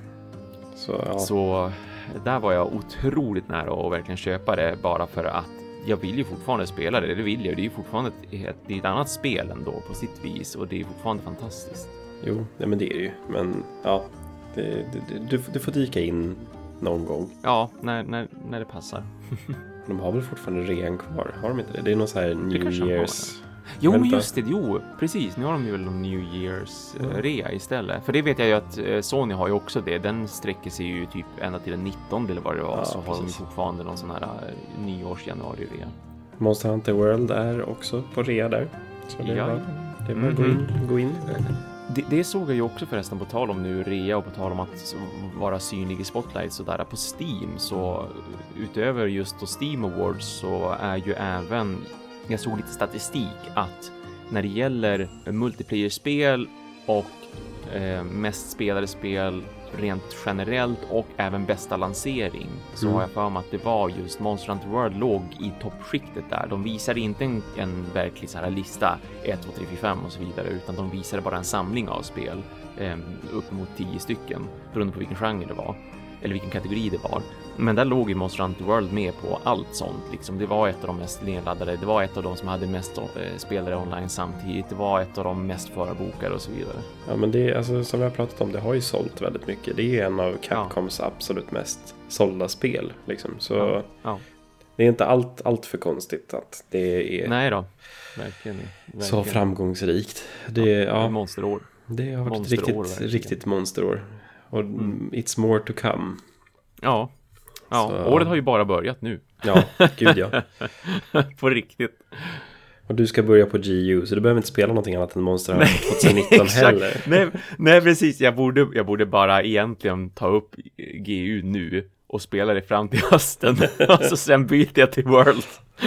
Så, ja. Så där var jag otroligt nära att verkligen köpa det, bara för att jag vill ju fortfarande spela det, det vill jag. Det är ju fortfarande ett, det är ett annat spel ändå på sitt vis och det är fortfarande fantastiskt. Jo, nej men det är det ju. Men ja, det, det, du, du får dyka in någon gång. Ja, när, när, när det passar. De har väl fortfarande rean kvar, har de inte det? Det är någon så här New Year's... Jo, men just det, jo, precis. Nu har de ju väl en New Year's mm. rea istället. För det vet jag ju att Sony har ju också det. Den sträcker sig ju typ ända till den nittonde eller vad det var. Ja, så precis. Har de fortfarande någon sån här nyårs januari-rea. Monster Hunter World är också på rea där. Så det ja. var, det var mm-hmm. gå in. Gå in. Det, det såg jag ju också förresten, på tal om nu rea och på tal om att vara synlig i Spotlight så där på Steam, så utöver just då Steam Awards så är ju även, jag såg lite statistik att när det gäller multiplayer-spel och eh, mest spelade spel rent generellt och även bästa lansering så mm. har jag för mig att det var just Monster Hunter World låg i toppskiktet där. De visade inte en, en verklig så här lista ett, två, tre, fyra, fem och så vidare, utan de visade bara en samling av spel eh, upp mot tio stycken beroende på vilken genre det var eller vilken kategori det var. Men där låg ju Monster Hunter World med på allt sånt. Liksom, det var ett av de mest nedladdade. Det var ett av de som hade mest eh, spelare online samtidigt. Det var ett av de mest förbokade och så vidare. Ja, men det är, alltså, som vi har pratat om, det har ju sålt väldigt mycket. Det är ju en av Capcoms ja. absolut mest sålda spel. Liksom. Så ja. Ja. det är inte allt, allt för konstigt att det är Nej då. Verkligen, verkligen. så framgångsrikt. Det, ja, ja, det är monsterår. Det har varit monsterår, ett riktigt, riktigt monsterår. Och mm. it's more to come. Ja, ja. Så... året har ju bara börjat nu. Ja, gud ja. På riktigt. Och du ska börja på G U, så du behöver inte spela någonting annat än Monster Hunter tjugonitton heller. Nej, nej, precis. Jag borde, jag borde bara egentligen ta upp G U nu och spela det fram till hösten. Och så sen byter jag till World.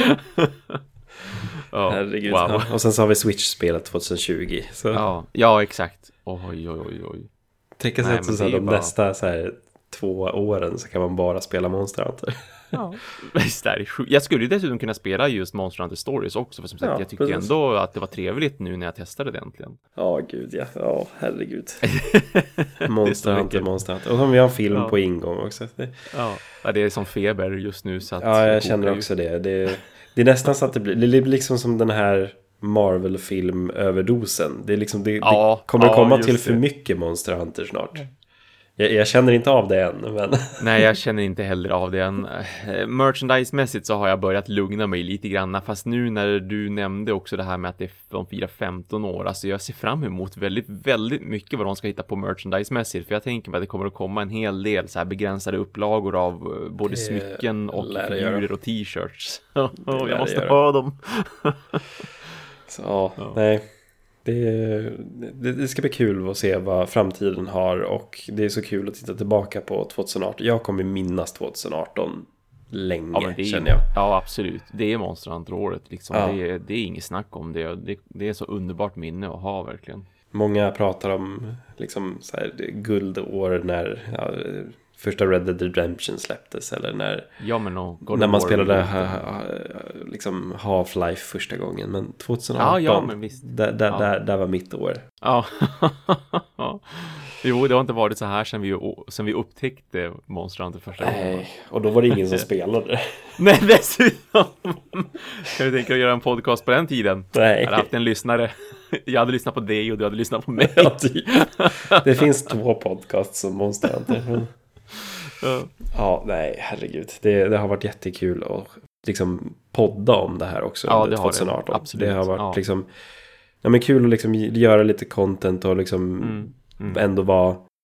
Oh, herregud. Wow. Ja. Och sen så har vi Switch-spelet tjugohundratjugo. Så. Ja, ja, exakt. Oj, oj, oj, oj. Tänk sig att så de bara... nästa så här, två åren så kan man bara spela Monster Hunter. Ja, visst är det sjukt. Jag skulle ju dessutom kunna spela just Monster Hunter Stories också, för som sagt, ja, jag tycker precis. ändå att det var trevligt nu när jag testade det äntligen. Ja, gud ja. Ja, herregud. Monster Hunter, Monster Hunter. Och så har vi en film ja. på ingång också. Det... Ja, det är som feber just nu. Så att ja, jag känner också det. Det, det är nästan så att det blir, det blir liksom som den här Marvel-film-överdosen. Det, är liksom, det, ja, det kommer ja, komma till för det. mycket Monster Hunter snart. Jag, jag känner inte av det än, men... Nej, jag känner inte heller av det än. Merchandise-mässigt så har jag börjat lugna mig lite grann. Fast nu när du nämnde också det här med att det är de fyra femton år. Alltså jag ser fram emot väldigt, väldigt mycket vad de ska hitta på merchandise-mässigt. För jag tänker mig att det kommer att komma en hel del så här begränsade upplagor av både det smycken och figurer och t-shirts. Och jag måste ha dem. Så ja, ja. nej. Det, det, det ska bli kul att se vad framtiden har, och det är så kul att titta tillbaka på tjugoarton. Jag kommer minnas tjugoarton länge, ja, det är, känner jag. Ja, absolut. Det är Monster Hunter-året. Liksom. Ja. Det, det är inget snack om det. det. Det är så underbart minne att ha, verkligen. Många pratar om liksom, så här, guldår när... Ja, första Red Dead Redemption släpptes, eller när, ja, men no, när man spelade ha, ha, liksom Half-Life första gången. Men tjugoarton, ja, ja, men visst. Där, där, ja. där, där var mitt år. Ja. Jo, det har inte varit så här sedan vi, sedan vi upptäckte Monster Hunter första gången. Nej, och då var det ingen som spelade. Nej, dessutom. Kan du tänka dig att göra en podcast på den tiden? Nej. Jag hade haft en lyssnare. Jag hade lyssnat på dig och du hade lyssnat på mig. Ja, typ. Det finns två podcasts som Monster Hunter. Ja. ja, nej, herregud. Det, det har varit jättekul att liksom podda om det här också. Ja, det har tjugoarton. det. Absolut. Det har varit ja. liksom, ja, men kul att liksom göra lite content och liksom mm. Mm. ändå vara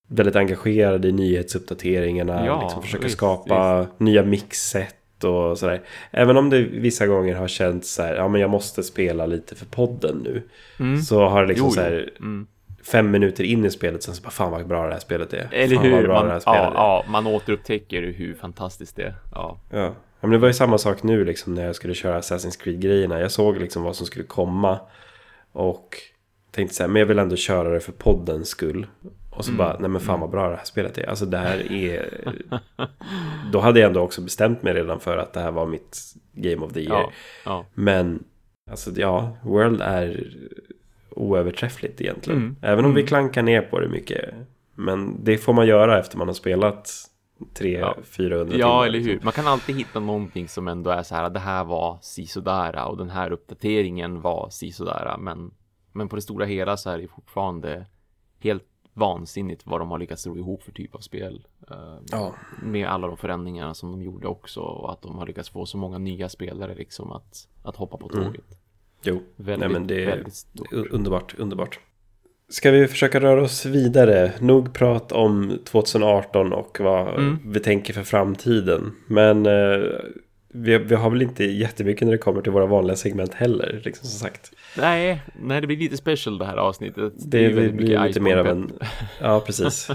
väldigt engagerad i nyhetsuppdateringarna. Ja, liksom försöka visst, skapa visst. nya mixset och sådär. Även om det vissa gånger har känts så här, ja men jag måste spela lite för podden nu. Mm. Så har det liksom Jo, så här, mm. fem minuter in i spelet sen så bara, fan vad bra det här spelet är. Eller fan hur, vad bra man, det här spelet ja, är. ja, man återupptäcker hur fantastiskt det är. Ja. Ja. Ja, men det var ju samma sak nu liksom när jag skulle köra Assassin's Creed-grejerna. Jag såg liksom vad som skulle komma och tänkte så här, men jag vill ändå köra det för poddens skull. Och så Mm. bara, nej men fan vad bra det här spelet är. Alltså det här är... Då hade jag ändå också bestämt mig redan för att det här var mitt Game of the Year. Ja, ja. Men, alltså ja, World är oöverträffligt egentligen. Mm. Även om Mm. vi klankar ner på det mycket. Men det får man göra efter man har spelat tre Ja. fyrahundra Ja, timmar. eller hur? liksom. Man kan alltid hitta någonting som ändå är så här, det här var sisådär och den här uppdateringen var sisådär, men, men på det stora hela så är det fortfarande helt vansinnigt vad de har lyckats ro ihop för typ av spel. Eh, Ja. med alla de förändringarna som de gjorde också, och att de har lyckats få så många nya spelare liksom att, att hoppa på tåget. Mm. Jo, Väldigt, nej men det är väldigt stort. un- underbart, underbart. Ska vi försöka röra oss vidare? Nog prat om tjugoarton och vad Mm. vi tänker för framtiden. Men eh, vi, vi har väl inte jättemycket när det kommer till våra vanliga segment heller, liksom som sagt. Nej, nej, det blir lite special det här avsnittet. Det, är ju det väldigt blir mycket lite Ice mer av Bomb en... Ja, precis.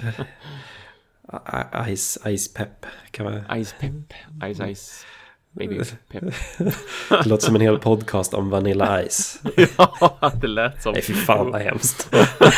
Ice, ice pep kan man... Pep. Ice pep, ice ice, baby pep. Det låter som en hel podcast om Vanilla Ice. Ja, det lät som... Nej, fy fan vad hemskt.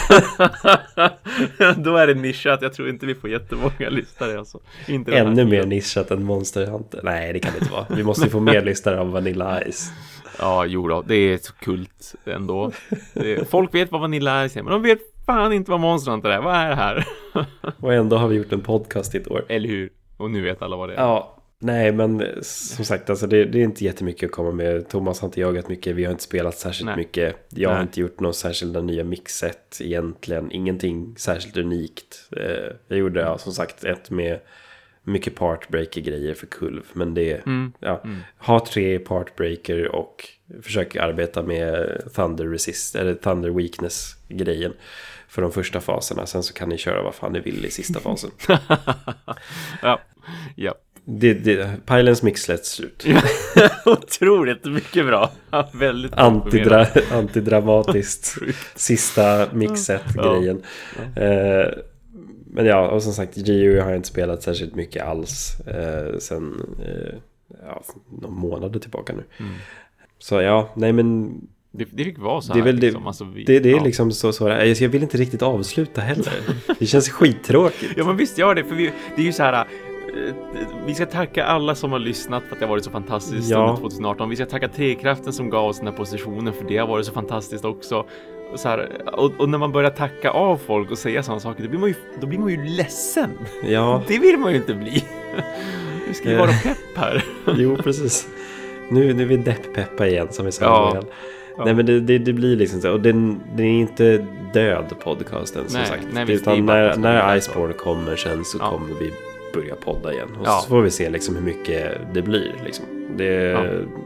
Då är det nischat. Jag tror inte vi får jättemånga lyssnare alltså. Inte den här Ännu mer tiden. nischat än Monster Hunter. Nej, det kan det inte vara. Vi måste ju få mer lyssnare av Vanilla Ice. Ja, jo då, det är så kult ändå. Det, folk vet vad Vanilla Ice är, men de vet fan inte vad Monster Hunter är. Vad är det här? Och ändå har vi gjort en podcast i ett år. Eller hur? Och nu vet alla vad det är. Ja, nej men som sagt, alltså det, det är inte jättemycket att komma med. Thomas har inte jagat mycket, vi har inte spelat särskilt Nej. mycket. Jag har Nej. inte gjort några särskilda nya mixet egentligen. Ingenting särskilt unikt. Eh, Jag gjorde ja, som sagt ett med mycket partbreaker grejer för kulv. Men det är, Mm. ja, Mm. ha tre partbreaker och försök arbeta med Thunder Resist eller Thunder Weakness grejen för de första faserna. Sen så kan ni köra vad fan ni vill i sista fasen. Ja, ja. det, det, Pylons mix slätts slut. Otroligt mycket bra. Ja, väldigt bra Antidra, förmedlat. antidramatiskt sista mixet Ja. grejen. Eh, men ja, och som sagt, G U har jag inte spelat särskilt mycket alls eh, sen eh, ja, någon månad tillbaka nu. Mm. Så ja, nej men Det, det fick vara så det är här. väl det, liksom. Alltså, vi, det, det är ja. liksom så, så här, jag vill inte riktigt avsluta heller. Det känns skittråkigt. Ja, men visst gör det. För vi, det är ju så här... eh, Vi ska tacka alla som har lyssnat för att det har varit så fantastiskt Ja. under tjugoarton. Vi ska tacka Trekraften som gav oss den här positionen, för det har varit så fantastiskt också. Så här, och, och när man börjar tacka av folk och säga sådana saker, då blir man ju, då blir man ju ledsen. Ja, Det vill man ju inte bli. Vi ska ju Eh. vara pepp här. jo precis. Nu, nu är vi depp-peppa igen som vi sa i Ja. början. Ja. Nej men det, det, det blir liksom så. Och den, den är inte död podcasten som Nej, sagt. nej, visst, det är Utan bara när, att det ska när bli Iceborne kommer sen så Ja. kommer vi börja podda igen. Och Ja. så får vi se liksom hur mycket det blir. Liksom. Det, Ja.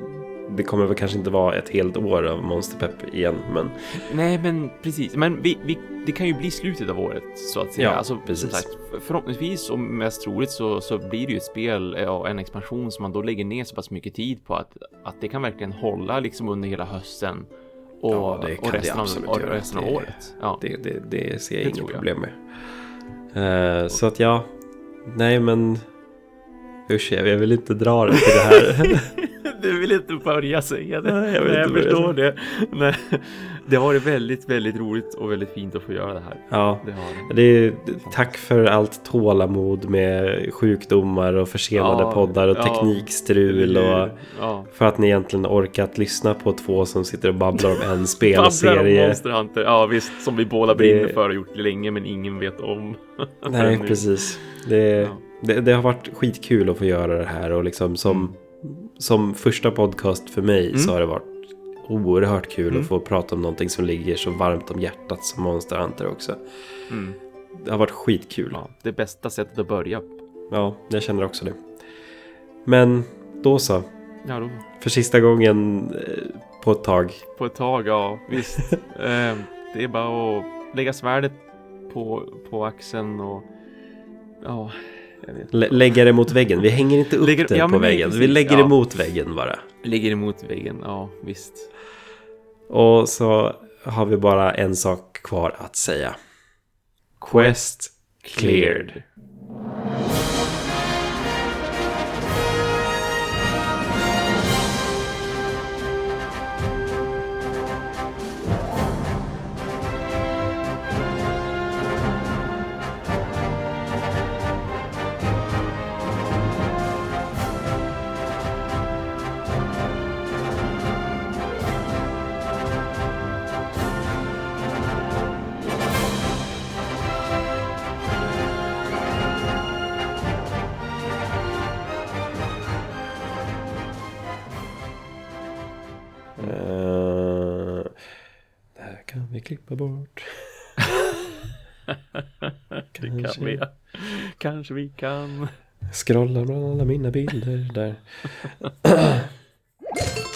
det kommer väl kanske inte vara ett helt år av Monsterpepp igen. Men Nej, men precis. Men vi, vi, det kan ju bli slutet av året, så att säga. Ja, alltså, precis. som sagt, förhoppningsvis och mest troligt så, så blir det ju ett spel och en expansion som man då lägger ner så pass mycket tid på att, att det kan verkligen hålla liksom under hela hösten och, Ja, det kan och det resten, absolut av, och göra. resten av Det- året. Ja. det, det, det ser jag Det inga tror jag. problem med. Eh, så att ja, nej men usch, jag vill inte dra det till det här. Du vill inte börja säga det. Nej, jag vill Nej, inte jag börja förstår det. Nej. Det har varit väldigt, väldigt roligt och väldigt fint att få göra det här. Ja, Det har det. det är, tack för allt tålamod med sjukdomar och försenade Ja, poddar och ja. teknikstrul och Ja. för att ni egentligen orkat lyssna på två som sitter och babblar om en Babblar om spelserie. Monster Hunter. Ja, visst, som vi båda Det- brinner för och gjort länge, men ingen vet om. Nej, Nu. precis. Det, Ja. det, det har varit skitkul att få göra det här och liksom som, Mm. som första podcast för mig Mm. så har det varit oerhört kul Mm. att få prata om någonting som ligger så varmt om hjärtat som Monster Hunter också. Mm. Det har varit skitkul. Ja, det bästa sättet att börja. Ja, jag känner också det. Men då så. Ja, då, För sista gången eh, på ett tag. på ett tag, ja, visst. eh, det är bara att lägga svärdet på, på axeln och ja, jag vet. L- lägga det mot väggen. Vi hänger inte upp lägger, det ja, på väggen. precis, vi lägger ja. det mot väggen bara. Lägger emot väggen, ja visst. Och så har vi bara en sak kvar att säga. Quest cleared. Uh, det här kan vi klippa bort. Kanske. Kan vi, kanske vi kan scrolla bland alla mina bilder där.